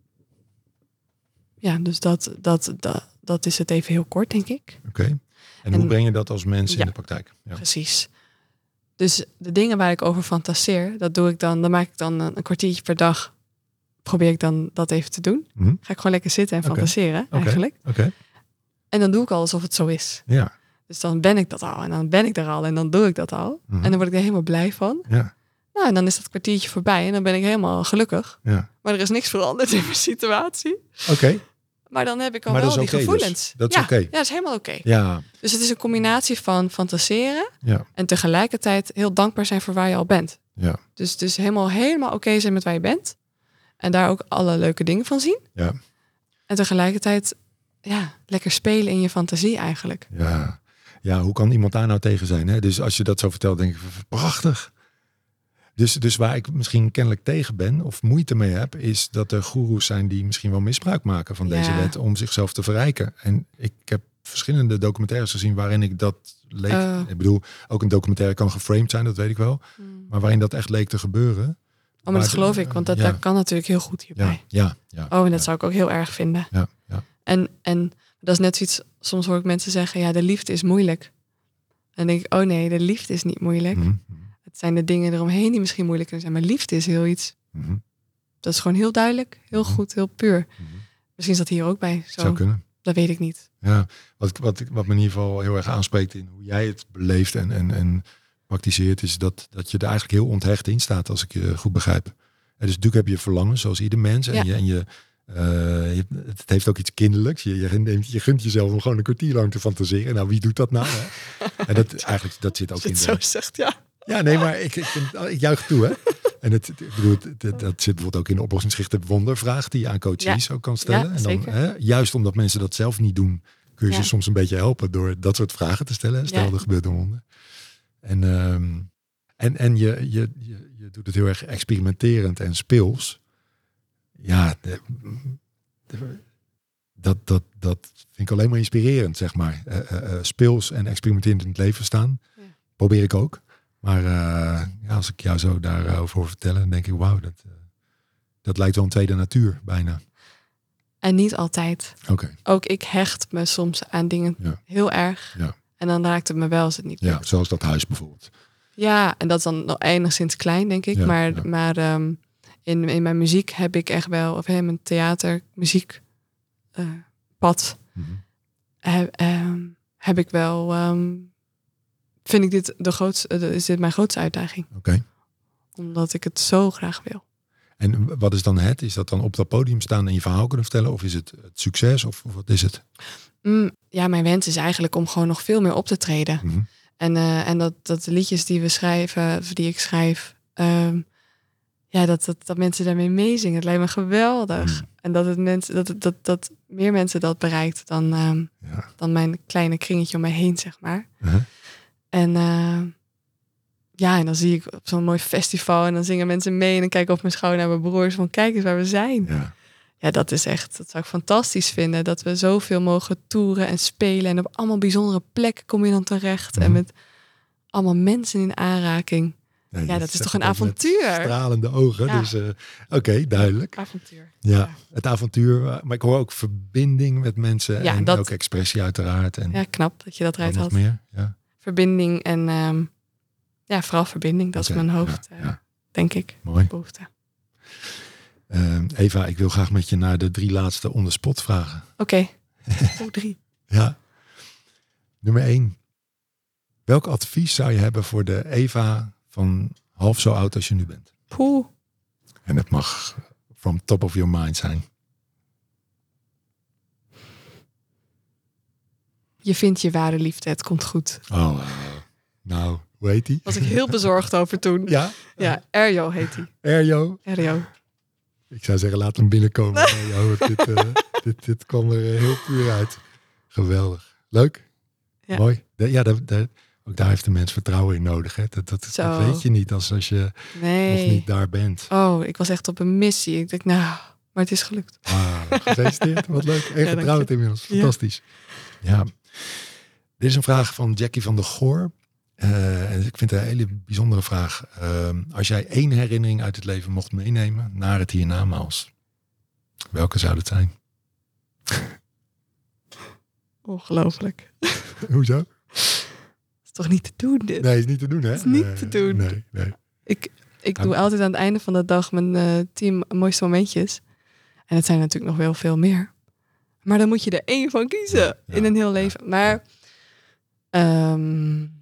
ja, dus dat, dat, dat, dat is het even heel kort, denk ik. Oké. Okay. En, en hoe breng je dat als mens ja, in de praktijk? Ja. Precies. Dus de dingen waar ik over fantaseer, dat doe ik dan, dan maak ik dan een, een kwartiertje per dag. Probeer ik dan dat even te doen. Mm-hmm. Ga ik gewoon lekker zitten en okay. fantaseren, okay. eigenlijk. Okay. En dan doe ik al alsof het zo is. Ja. Dus dan ben ik dat al. En dan ben ik er al. En dan doe ik dat al. Mm-hmm. En dan word ik er helemaal blij van. Ja. Nou, en dan is dat kwartiertje voorbij. En dan ben ik helemaal gelukkig. Ja. Maar er is niks veranderd in mijn situatie. Oké. Okay. Maar dan heb ik al maar wel die okay gevoelens. Dus. Dat is ja, oké. Okay. Ja, dat is helemaal oké. Okay. Ja. Dus het is een combinatie van fantaseren. Ja. En tegelijkertijd heel dankbaar zijn voor waar je al bent. Ja. Dus, dus helemaal, helemaal oké okay zijn met waar je bent. En daar ook alle leuke dingen van zien. Ja. En tegelijkertijd ja, lekker spelen in je fantasie eigenlijk. Ja. Ja, hoe kan iemand daar nou tegen zijn? Hè? Dus als je dat zo vertelt, denk ik, prachtig. Dus, dus waar ik misschien kennelijk tegen ben of moeite mee heb, is dat er goeroes zijn die misschien wel misbruik maken van deze Ja. wet om zichzelf te verrijken. En ik heb verschillende documentaires gezien waarin ik dat leek. Uh. Ik bedoel, ook een documentaire kan geframed zijn, dat weet ik wel. Hmm. Maar waarin dat echt leek te gebeuren. Oh, maar dat geloof ik, want dat, ja. dat kan natuurlijk heel goed hierbij. Ja, ja, ja, oh, en dat ja. zou ik ook heel erg vinden. Ja, ja. En, en dat is net zoiets, soms hoor ik mensen zeggen, ja, de liefde is moeilijk. En dan denk ik, oh nee, de liefde is niet moeilijk. Mm-hmm. Het zijn de dingen eromheen die misschien moeilijk kunnen zijn. Maar liefde is heel iets. Mm-hmm. Dat is gewoon heel duidelijk, heel Mm-hmm. goed, heel puur. Mm-hmm. Misschien is dat hier ook bij. Zo. Zou kunnen. Dat weet ik niet. Ja, wat, wat, wat me in ieder geval heel erg aanspreekt in hoe jij het beleeft en, en, en praktiseert, is dat, dat je er eigenlijk heel onthecht in staat, als ik je goed begrijp. En dus natuurlijk heb je verlangens, zoals ieder mens. En, Ja. je, en je, uh, je, het heeft ook iets kinderlijks. Je, je, neemt, je gunt jezelf om gewoon een kwartier lang te fantaseren. Nou, wie doet dat nou? Hè? En dat, eigenlijk, dat zit ook Als je in het de... zo zegt, ja. Ja, nee, maar ik, ik, vind, ik juich toe, hè. En het, ik bedoel, het, het, dat zit bijvoorbeeld ook in de oplossingsgerichte wondervraag die je aan coaches Ja. ook kan stellen. Ja, en dan, zeker. hè, juist omdat mensen dat zelf niet doen, kun je Ja. ze soms een beetje helpen door dat soort vragen te stellen. Stel, Ja. er gebeurt een wonder. En, um, en, en je, je, je, je doet het heel erg experimenterend en speels. Ja, de, de, dat, dat, dat vind ik alleen maar inspirerend, zeg maar. Uh, uh, uh, speels en experimenterend in het leven staan. Ja. Probeer ik ook. Maar uh, ja, als ik jou zo daarover hoor vertellen, dan denk ik, wauw, dat, uh, dat lijkt wel een tweede natuur, bijna. En niet altijd. Okay. Ook ik hecht me soms aan dingen ja. heel erg. Ja. En dan raakt het me wel als het niet ja, lukt. zoals dat huis bijvoorbeeld. Ja, en dat is dan nog enigszins klein, denk ik. Ja, maar ja. maar um, in, in mijn muziek heb ik echt wel, of in mijn theater, muziek, uh, pad, Mm-hmm. heb, um, heb ik wel, um, vind ik dit de grootste, uh, is dit mijn grootste uitdaging. Oké. Okay. Omdat ik het zo graag wil. En wat is dan het? Is dat dan op dat podium staan en je verhaal kunnen vertellen? Of is het het succes? Of, of wat is het? Mm, ja, mijn wens is eigenlijk om gewoon nog veel meer op te treden. Mm-hmm. En, uh, en dat, dat de liedjes die we schrijven, of die ik schrijf, um, ja, dat, dat, dat mensen daarmee meezingen. Het lijkt me geweldig. Mm. En dat, het mensen, dat, dat, dat meer mensen dat bereikt dan, um, ja. dan mijn kleine kringetje om mij heen, zeg maar. Uh-huh. En uh, ja, en dan zie ik op zo'n mooi festival en dan zingen mensen mee en dan kijk ik op mijn schouder naar mijn broers van kijk eens waar we zijn. Ja. Ja, dat is echt, dat zou ik fantastisch vinden. Dat we zoveel mogen toeren en spelen. En op allemaal bijzondere plekken kom je dan terecht. Mm. En met allemaal mensen in aanraking. Ja, ja dat is toch een avontuur. Stralende ogen. Ja. Dus uh, oké, okay, duidelijk. Avontuur. Ja, ja, het avontuur. Maar ik hoor ook verbinding met mensen. Ja, en dat, ook expressie uiteraard. En ja, knap dat je dat eruit had. Nog meer, ja. Verbinding en um, ja, vooral verbinding. Dat okay, is mijn hoofd, ja, ja. Uh, denk ik. Mooi. Behoefte. Uh, Eva, ik wil graag met je naar de drie laatste on the spot vragen. Oké. Okay. Oh, drie. Ja. Nummer één. Welk advies zou je hebben voor de Eva van half zo oud als je nu bent? Poeh. En het mag from top of your mind zijn. Je vindt je ware liefde, het komt goed. Oh, uh, nou, hoe heet die? Was ik heel bezorgd over toen. Ja? Ja, Erjo heet hij. Erjo? Erjo. Ik zou zeggen, laat hem binnenkomen. Erjo, dit, uh, dit, dit kwam er heel puur uit. Geweldig. Leuk? Ja. Mooi. De, ja, de, de, ook daar heeft de mens vertrouwen in nodig. Hè? Dat, dat, dat weet je niet als, als je nee. nog niet daar bent. Oh, ik was echt op een missie. Ik dacht, nou, maar het is gelukt. Wauw, gefeliciteerd. Wat leuk. En ja, getrouwd inmiddels. Fantastisch. Ja. ja. Dit is een vraag van Jackie van der Goor. Uh, en ik vind het een hele bijzondere vraag. Uh, als jij één herinnering uit het leven mocht meenemen naar het hiernamaals, welke zou dat zijn? Ongelooflijk. Hoezo? Is toch niet te doen dit? Nee, is niet te doen, hè? Is niet nee, te doen. Nee, nee. Ik, ik doe ja. altijd aan het einde van de dag mijn uh, tien mooiste momentjes. En het zijn natuurlijk nog wel veel meer. Maar dan moet je er één van kiezen ja, ja, in een heel leven. Ja, maar... Um,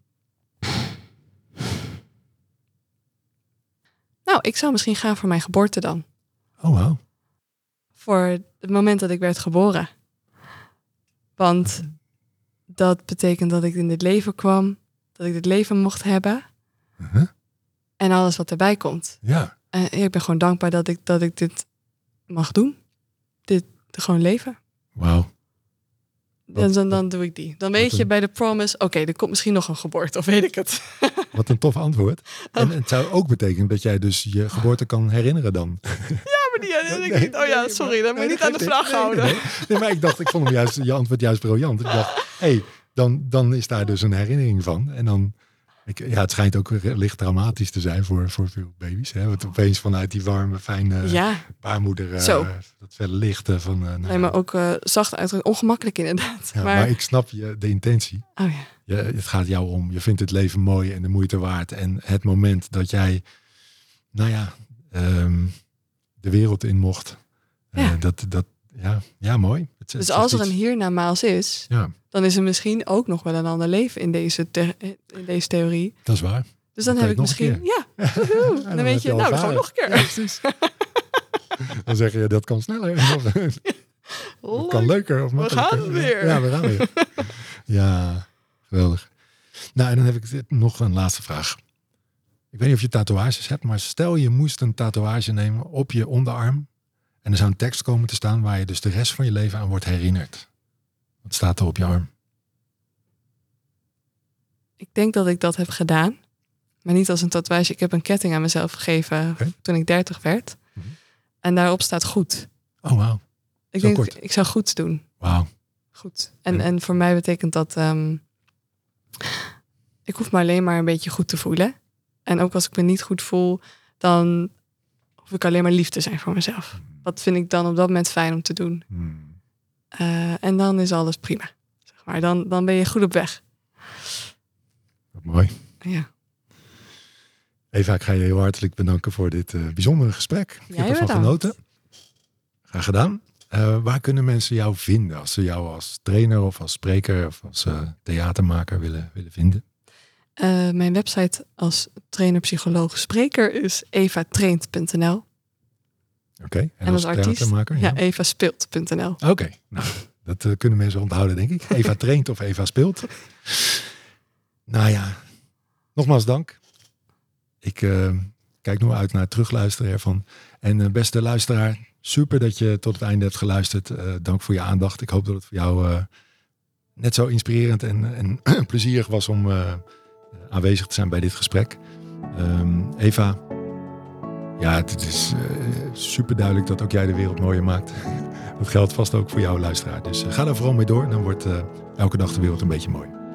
nou, ik zou misschien gaan voor mijn geboorte dan. Oh, wow. Voor het moment dat ik werd geboren. Want dat betekent dat ik in dit leven kwam. Dat ik dit leven mocht hebben. Uh-huh. En alles wat erbij komt. Ja. En ik ben gewoon dankbaar dat ik, dat ik dit mag doen. Dit gewoon leven. Wauw. Dan, dan, dan doe ik die. Dan weet je bij de promise, oké, okay, er komt misschien nog een geboorte, of weet ik het. Wat een tof antwoord. En het zou ook betekenen dat jij dus je geboorte kan herinneren dan. Ja, maar die herinner ik niet. Oh ja, sorry, dat moet je niet aan de vraag houden. Nee, nee, nee, maar ik dacht, ik vond hem juist, je antwoord juist briljant. Ik dacht, hé, hey, dan, dan is daar dus een herinnering van. En dan, ik, ja, het schijnt ook licht traumatisch te zijn voor, voor veel baby's. Hè? Want opeens vanuit die warme, fijne ja. baarmoeder, uh, Zo. dat felle lichten van... Uh, nou, nee, maar ook uh, zacht uitdrukken, ongemakkelijk inderdaad. Ja, maar... maar ik snap je, de intentie. Oh ja. Je, het gaat jou om. Je vindt het leven mooi en de moeite waard. En het moment dat jij, nou ja, um, de wereld in mocht. Ja. Uh, dat, dat, ja, ja, mooi. Het, dus het als er iets... een hiernamaals is, ja. dan is er misschien ook nog wel een ander leven in deze, te- in deze theorie. Dat is waar. Dus dan, dan heb ik misschien, ja, ja dan, dan weet je, nou, dan gaan we nog een keer. Ja, precies. Dan zeg je, dat kan sneller. Dat kan leuker of makkelijker. We gaan weer. Ja, we gaan weer. Ja, geweldig. Nou, en dan heb ik nog een laatste vraag. Ik weet niet of je tatoeages hebt, maar stel je moest een tatoeage nemen op je onderarm en er zou een tekst komen te staan waar je dus de rest van je leven aan wordt herinnerd. Wat staat er op je arm? Ik denk dat ik dat heb gedaan, maar niet als een tatoeage. Ik heb een ketting aan mezelf gegeven okay. toen ik dertig werd. Mm-hmm. En daarop staat goed. Oh, wauw. Ik Zo denk, kort. ik zou goed doen. Wauw. Goed. En, ja. en voor mij betekent dat, um, ik hoef me alleen maar een beetje goed te voelen. En ook als ik me niet goed voel, dan hoef ik alleen maar lief te zijn voor mezelf. Dat vind ik dan op dat moment fijn om te doen. Hmm. Uh, en dan is alles prima. Zeg maar. dan, dan ben je goed op weg. Wat mooi. Ja. Eva, ik ga je heel hartelijk bedanken voor dit uh, bijzondere gesprek. Ik heb ervan genoten. Graag gedaan. Uh, waar kunnen mensen jou vinden als ze jou als trainer of als spreker of als uh, theatermaker willen, willen vinden? Uh, mijn website als trainer, psycholoog, spreker is evatraint punt n l. Oké. Okay. En, en als, als artiest, theatermaker? Ja, ja evaspeelt punt n l. Oké. Okay. Nou, dat uh, kunnen mensen onthouden, denk ik. Eva traint of Eva speelt. Nou ja, nogmaals dank. Ik uh, kijk nu uit naar het terugluisteren ervan. En uh, beste luisteraar, super dat je tot het einde hebt geluisterd. Uh, dank voor je aandacht. Ik hoop dat het voor jou uh, net zo inspirerend en, en plezierig was om uh, aanwezig te zijn bij dit gesprek. Um, Eva, ja, het is uh, super duidelijk dat ook jij de wereld mooier maakt. Dat geldt vast ook voor jou, luisteraar. Dus uh, ga daar vooral mee door. Dan wordt uh, elke dag de wereld een beetje mooier.